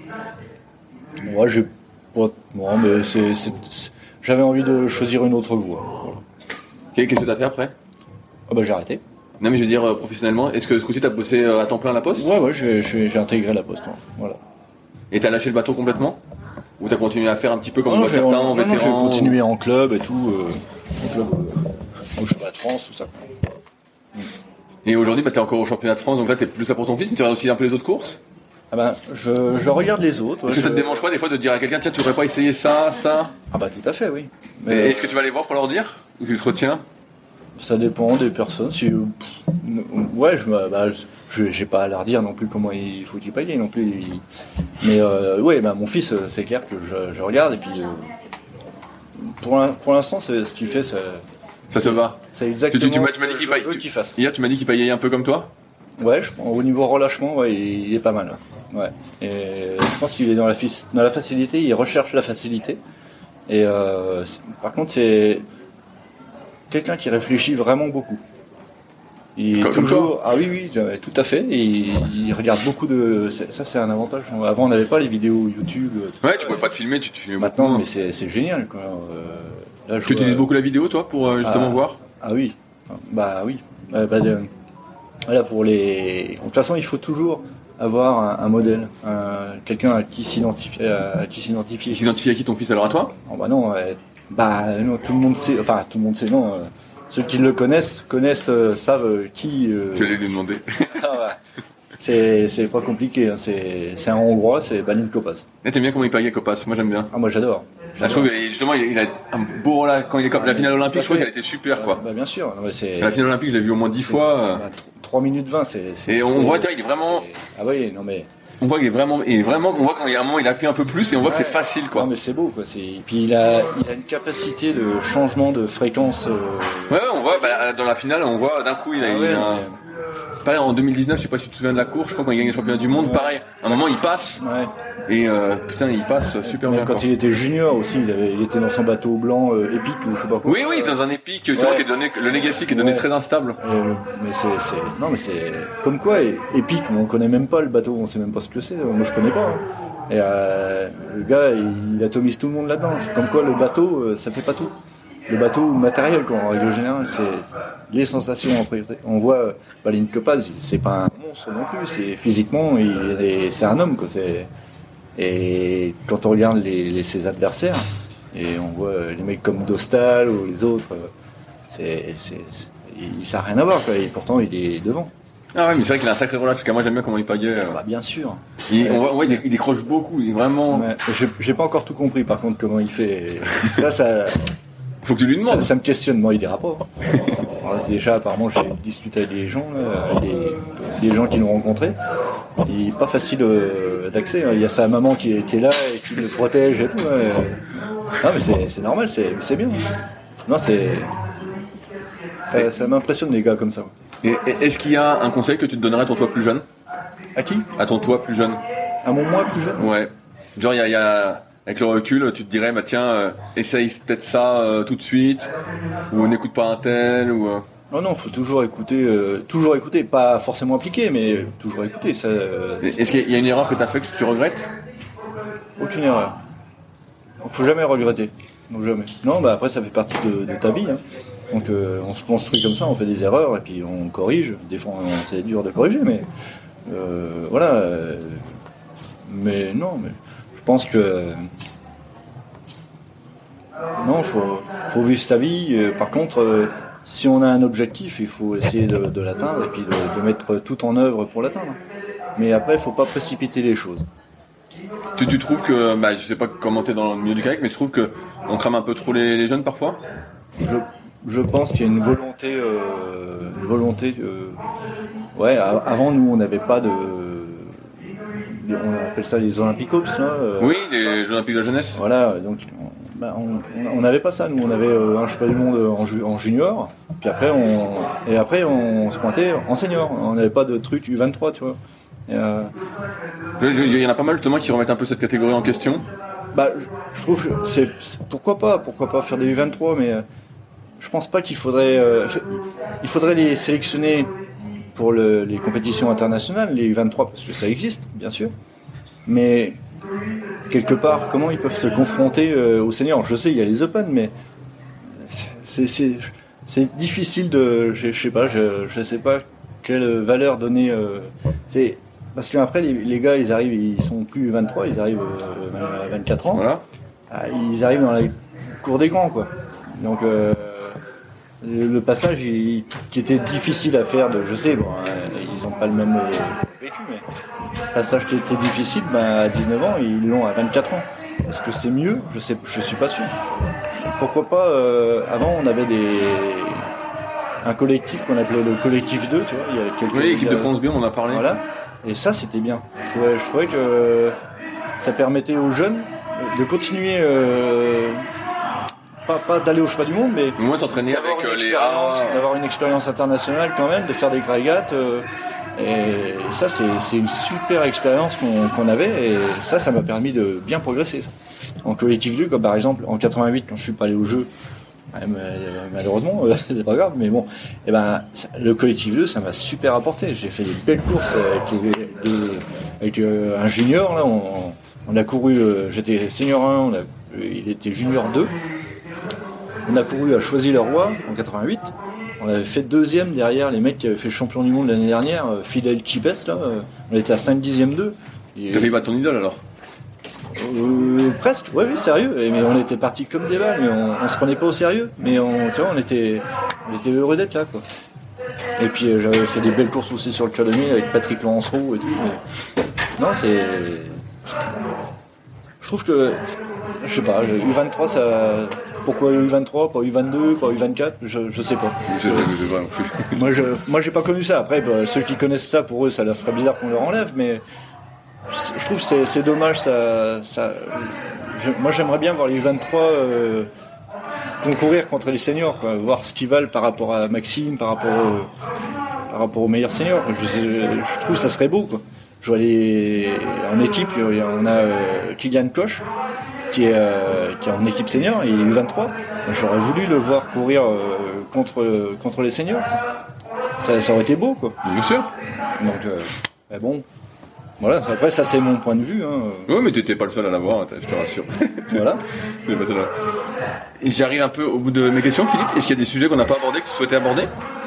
Moi, j'ai pas, non, mais c'est, c'est, c'est, j'avais envie de choisir une autre voie. Voilà. Qu'est-ce que t'as fait après ? Ah bah j'ai arrêté. Non mais je veux dire euh, professionnellement, est-ce que ce coup-ci t'as bossé euh, à temps plein à la Poste ? Ouais, ouais, j'ai, j'ai, j'ai intégré la Poste. Ouais. Voilà. Et t'as lâché le bateau complètement ? Ou t'as continué à faire un petit peu comme non, moi j'ai, certains en, en non, non, vétérans j'ai continué ou... en club et tout, euh, en club, euh, au championnat de France, tout ça. Et aujourd'hui, bah, t'es encore au championnat de France, donc là t'es plus là pour ton fils, mais tu regardes aussi un peu les autres courses ? Ah ben, je, je regarde les autres. Est-ce ouais, que ça te je... démange pas des fois de dire à quelqu'un, tiens, tu aurais pas essayé ça, ça ? Ah bah tout à fait, oui. Mais Mais est-ce que tu vas les voir pour leur dire ? Ou tu te retiens ? ça dépend des personnes. Si, euh, pff, ouais, je, bah, je, j'ai pas à leur dire non plus comment il faut qu'il paye non plus. Il... Mais euh, ouais, bah, mon fils, c'est clair que je, je regarde et puis euh, pour, l'in- pour l'instant, c'est, ce qu'il fait, c'est, Ça te va ? c'est exactement Tu, tu, tu m'as- ce tu m'as dit que qu'il je paye. veux tu- qu'il fasse. Hier, tu m'as dit qu'il payait un peu comme toi ? Ouais, je, au niveau relâchement, ouais, il, il est pas mal. Ouais. Et je pense qu'il est dans la, dans la facilité, il recherche la facilité. Et euh, par contre, c'est quelqu'un qui réfléchit vraiment beaucoup. Il Comme- comme toujours, toi. ah oui, oui, tout à fait. Et il, il regarde beaucoup de. Ça, c'est un avantage. Avant, on n'avait pas les vidéos YouTube. tout Ouais, ça. tu pouvais pas te filmer, tu te filmais Maintenant, beaucoup. mais c'est, c'est génial. Quoi. Euh, là, je Tu vois- utilises beaucoup la vidéo, toi, pour euh, justement Ah. voir ? Ah oui, bah oui. Euh, bah, de- Voilà, pour les. De toute façon, il faut toujours avoir un, un modèle, un- quelqu'un à qui s'identifier. À qui s'identifier. Il s'identifie à qui, ton fils, alors à toi ? Oh, bah non, euh, bah non, tout le monde sait. Enfin, tout le monde sait, non. euh, ceux qui le connaissent connaissent, euh, savent euh, qui. euh, Je vais lui demander. ah, ouais. C'est c'est pas compliqué. Hein, c'est c'est un Hongrois, c'est Balint Kopas. Et t'aimes bien comment il payait Copas ? Moi, j'aime bien. Ah moi j'adore. Ah, je trouve que, justement, il il a un beau rôle quand il est comme la finale olympique. Je trouve qu'elle était super, quoi. Bah bien sûr. Ouais, c'est. La finale olympique, je l'ai vu au moins dix fois. c'est- euh, bah, tr- trois minutes vingt, c'est. c'est- Et on c'est- voit, tu vois, il est vraiment- c'est- Ah oui, non mais. On voit qu'il est vraiment, et vraiment, on voit quand il y a un moment, il appuie un peu plus et on voit que c'est Ouais. facile, quoi. Non mais c'est beau quoi. C'est. Et puis il a, il a une capacité de changement de fréquence. euh, Ouais, ouais, on voit, bah, dans la finale, on voit d'un coup, il a, ah il ouais, a un- mais- Pareil, en deux mille dix-neuf, je sais pas si tu te souviens de la course, je crois quand il gagne le championnat du monde, Ouais. pareil. À un moment, il passe, Ouais. et euh, putain, il passe super Même bien, quand quoi. il était junior aussi, il, avait, il était dans son bateau blanc euh, épique ou je sais pas quoi. Oui, oui, dans un épique, c'est Ouais. vrai qu'il est donné, le Legacy qui est donné Ouais. très instable. Euh, mais c'est, c'est, non mais c'est comme quoi é- épique, on connaît même pas le bateau, on sait même pas ce que c'est. Moi je connais pas. hein. Et euh, le gars, il, il atomise tout le monde là-dedans. C'est comme quoi le bateau, euh, ça fait pas tout. Le bateau matériel, quoi, en règle générale, c'est les sensations en priorité. On voit euh, Balint Kopas, c'est pas un monstre non plus. C'est physiquement, il est, c'est un homme, quoi. C'est, et quand on regarde les, les, ses adversaires, et on voit euh, les mecs comme Dostal ou les autres, euh, c'est, c'est, c'est- il, ça n'a rien à voir, quoi. Et pourtant, il est devant. Ah ouais, mais c'est vrai qu'il a un sacré relâche, parce que moi j'aime bien comment il payait. euh. Bah, bien sûr. Il, on voit, ouais, il, il décroche beaucoup, il est vraiment. Ouais, j'ai, j'ai pas encore tout compris, par contre, comment il fait. Ça, ça, Faut que tu lui ça, demandes. ça me questionne. Moi, il dira pas. Alors, c'est déjà, apparemment, j'ai discuté avec des gens, là, des, des gens qui l'ont rencontré. Il est pas facile euh, d'accès. hein. Il y a sa maman qui est, qui est là et qui le protège et tout. ouais. Non, mais c'est, c'est normal, c'est, c'est bien. Non, c'est. Ça, ça m'impressionne, les gars comme ça. Et, et est-ce qu'il y a un conseil que tu te donnerais à ton toi plus jeune ? À qui ? À ton toi plus jeune ? À mon moi plus jeune ? Ouais. Genre, il y a, il y a- avec le recul, tu te dirais, bah tiens, euh, essaye peut-être ça euh, tout de suite, ou n'écoute pas un tel, ou. euh, Non, non, faut toujours écouter, euh, toujours écouter, pas forcément appliquer, mais euh, toujours écouter. Ça, euh, Est-ce qu'il y a une erreur que tu as fait que tu regrettes ? aucune erreur. Faut jamais regretter. Non, jamais. Non, bah après ça fait partie de, de ta vie. Hein. Donc euh, on se construit comme ça, on fait des erreurs et puis on corrige. Des fois on- c'est dur de corriger, mais Euh, voilà. Euh, mais non, mais je pense que non, faut faut vivre sa vie. Par contre, euh, si on a un objectif, il faut essayer de, de l'atteindre et puis de, de mettre tout en œuvre pour l'atteindre. Mais après, il faut pas précipiter les choses. Tu, tu trouves que, bah, je sais pas comment t'es dans le milieu du kayak, mais tu trouves que on crame un peu trop les, les jeunes parfois? Je, je pense qu'il y a une volonté, euh, une volonté. Euh, ouais, avant nous, on n'avait pas de, on appelle ça les Olympicops là. Euh, oui, les Jeux Olympiques de la jeunesse. Voilà, donc bah, on n'avait pas ça. Nous, on avait euh, un championnat du monde en, ju- en junior, puis après on et après on se pointait en senior. On n'avait pas de truc U vingt-trois, tu vois. Euh... Il y en a pas mal justement qui remettent un peu cette catégorie en question. Bah, je trouve que c'est, c'est pourquoi pas, pourquoi pas faire des U vingt-trois, mais euh, je pense pas qu'il faudrait, euh, il faudrait les sélectionner pour le, les compétitions internationales, les U vingt-trois, parce que ça existe, bien sûr. Mais quelque part, comment ils peuvent se confronter euh, aux seniors? Je sais, il y a les Open, mais c'est, c'est, c'est difficile de, je, je sais pas, je, je sais pas quelle valeur donner. Euh, c'est Parce qu'après, les, les gars, ils arrivent, ils sont plus vingt-trois, ils arrivent euh, à vingt-quatre ans. Voilà. Ils arrivent dans la cour des grands, quoi. Donc, euh, le passage il, qui était difficile à faire, de, je sais, bon, euh, ils n'ont pas le même euh, vécu, mais le passage qui était difficile, ben, à dix-neuf ans, ils l'ont à vingt-quatre ans. Est-ce que c'est mieux? Je sais, je suis pas sûr. Pourquoi pas, euh, avant, on avait des... un collectif qu'on appelait le collectif deux, tu vois. Il y a quelques oui, l'équipe gars, de France bien, on en a parlé. Voilà. Et ça, c'était bien. Je trouvais, je trouvais que ça permettait aux jeunes de continuer, euh, pas, pas d'aller au chemin du monde, mais au moins s'entraîner avec les A. D'avoir une expérience internationale quand même, de faire des régates. Euh, et ça, c'est, c'est une super expérience qu'on, qu'on avait. Et ça, ça m'a permis de bien progresser. Ça. En collectif deux, comme par exemple en quatre-vingt-huit, quand je suis pas allé au jeu, malheureusement, c'est pas grave, mais bon, et ben, le collectif deux, ça m'a super apporté. J'ai fait des belles courses avec, les, de, avec euh, un junior, là, on, on a couru, euh, j'étais senior un, on a, il était junior deux. On a couru à Choisy-le-Roi en quatre-vingt-huit. On avait fait deuxième derrière les mecs qui avaient fait le champion du monde l'année dernière, euh, Fidel Chipes, là, euh, on était à cinq dixièmes d'eux. T'as fait battre ton idole alors? Euh, presque, ouais, oui, sérieux. Mais on était partis comme des balles, mais on, on se prenait pas au sérieux. Mais on, tu vois, on était, on était heureux d'être là, quoi. Et puis euh, j'avais fait des belles courses aussi sur le Chardonnay avec Patrick Lancereau et tout. Mais... Non, c'est. Je trouve que, je sais pas, U vingt-trois, ça. Pourquoi U vingt-trois, pas U vingt-deux, pas U vingt-quatre, je, je sais pas. Je sais, je sais pas non plus. moi, je, moi, j'ai pas connu ça. Après, bah, ceux qui connaissent ça, pour eux, ça leur ferait bizarre qu'on leur enlève, mais. Je trouve que c'est, c'est dommage, ça, ça je, moi j'aimerais bien voir les U vingt-trois euh, concourir contre les seniors, quoi, voir ce qu'ils valent par rapport à Maxime, par rapport, au, par rapport aux meilleurs seniors. Je, je trouve que ça serait beau, quoi. Je vois les, en équipe, on a euh, Kylian Koch qui est, euh, qui est en équipe senior, il est U vingt-trois. J'aurais voulu le voir courir euh, contre, contre les seniors. Ça, ça aurait été beau, quoi. Bien sûr. Donc, euh, mais bon. Voilà, après ça c'est mon point de vue. Hein. Oui, mais t'étais pas le seul à l'avoir, je te rassure. Voilà. Et j'arrive un peu au bout de mes questions, Philippe. Est-ce qu'il y a des sujets qu'on n'a pas abordés, que tu souhaitais aborder?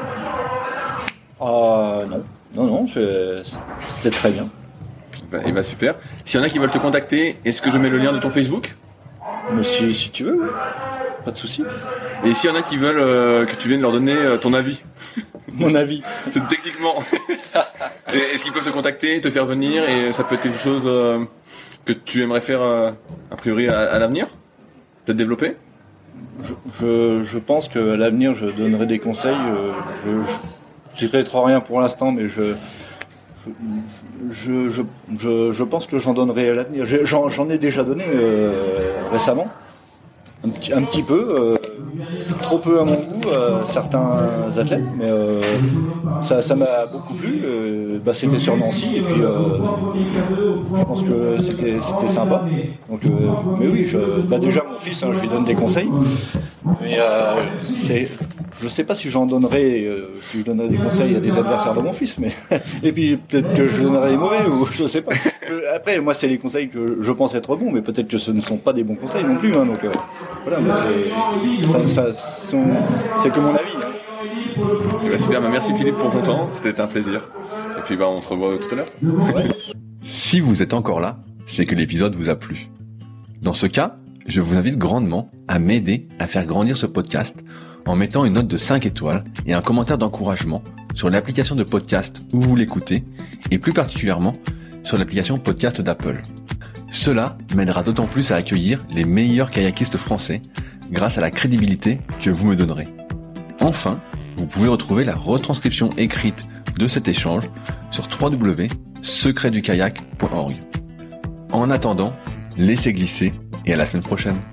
Ah euh, non, non, non, je... c'était très bien. Bah, et bah super. S'il y en a qui veulent te contacter, est-ce que je mets le lien de ton Facebook? Mais si, si tu veux, oui. Pas de souci. Et s'il y en a qui veulent euh, que tu viennes leur donner euh, ton avis? Mon avis. Techniquement. Est-ce qu'ils peuvent te contacter, te faire venir, et ça peut être quelque chose euh, que tu aimerais faire euh, a priori à, à l'avenir? Peut-être développer? je, je, je pense qu'à l'avenir je donnerai des conseils. Euh, je, je, je dirai trop rien pour l'instant, mais je je, je, je, je pense que j'en donnerai à l'avenir. J'en, j'en ai déjà donné euh, récemment. Un petit, un petit peu, euh, trop peu à mon goût, euh, certains athlètes, mais euh, ça, ça m'a beaucoup plu. Euh, bah, c'était sur Nancy et puis euh, je pense que c'était, c'était sympa. Donc, euh, mais oui, je, bah déjà mon fils, hein, je lui donne des conseils, mais euh, c'est, je sais pas si j'en donnerai, euh, si je donnerai des conseils à des adversaires de mon fils, mais et puis peut-être que je donnerai des mauvais ou je sais pas. Après, moi, c'est les conseils que je pense être bons, mais peut-être que ce ne sont pas des bons conseils non plus. Hein, donc euh, voilà, mais c'est, ça, ça, sont, c'est que mon avis. Hein. Eh ben, super, bah merci Philippe pour ton temps, c'était un plaisir. Et puis bah, on se revoit tout à l'heure. Ouais. Si vous êtes encore là, c'est que l'épisode vous a plu. Dans ce cas, je vous invite grandement à m'aider à faire grandir ce podcast en mettant une note de cinq étoiles et un commentaire d'encouragement sur l'application de podcast où vous l'écoutez et plus particulièrement sur l'application podcast d'Apple. Cela m'aidera d'autant plus à accueillir les meilleurs kayakistes français grâce à la crédibilité que vous me donnerez. Enfin, vous pouvez retrouver la retranscription écrite de cet échange sur w w w point secret du kayak point org. En attendant, laissez glisser et à la semaine prochaine.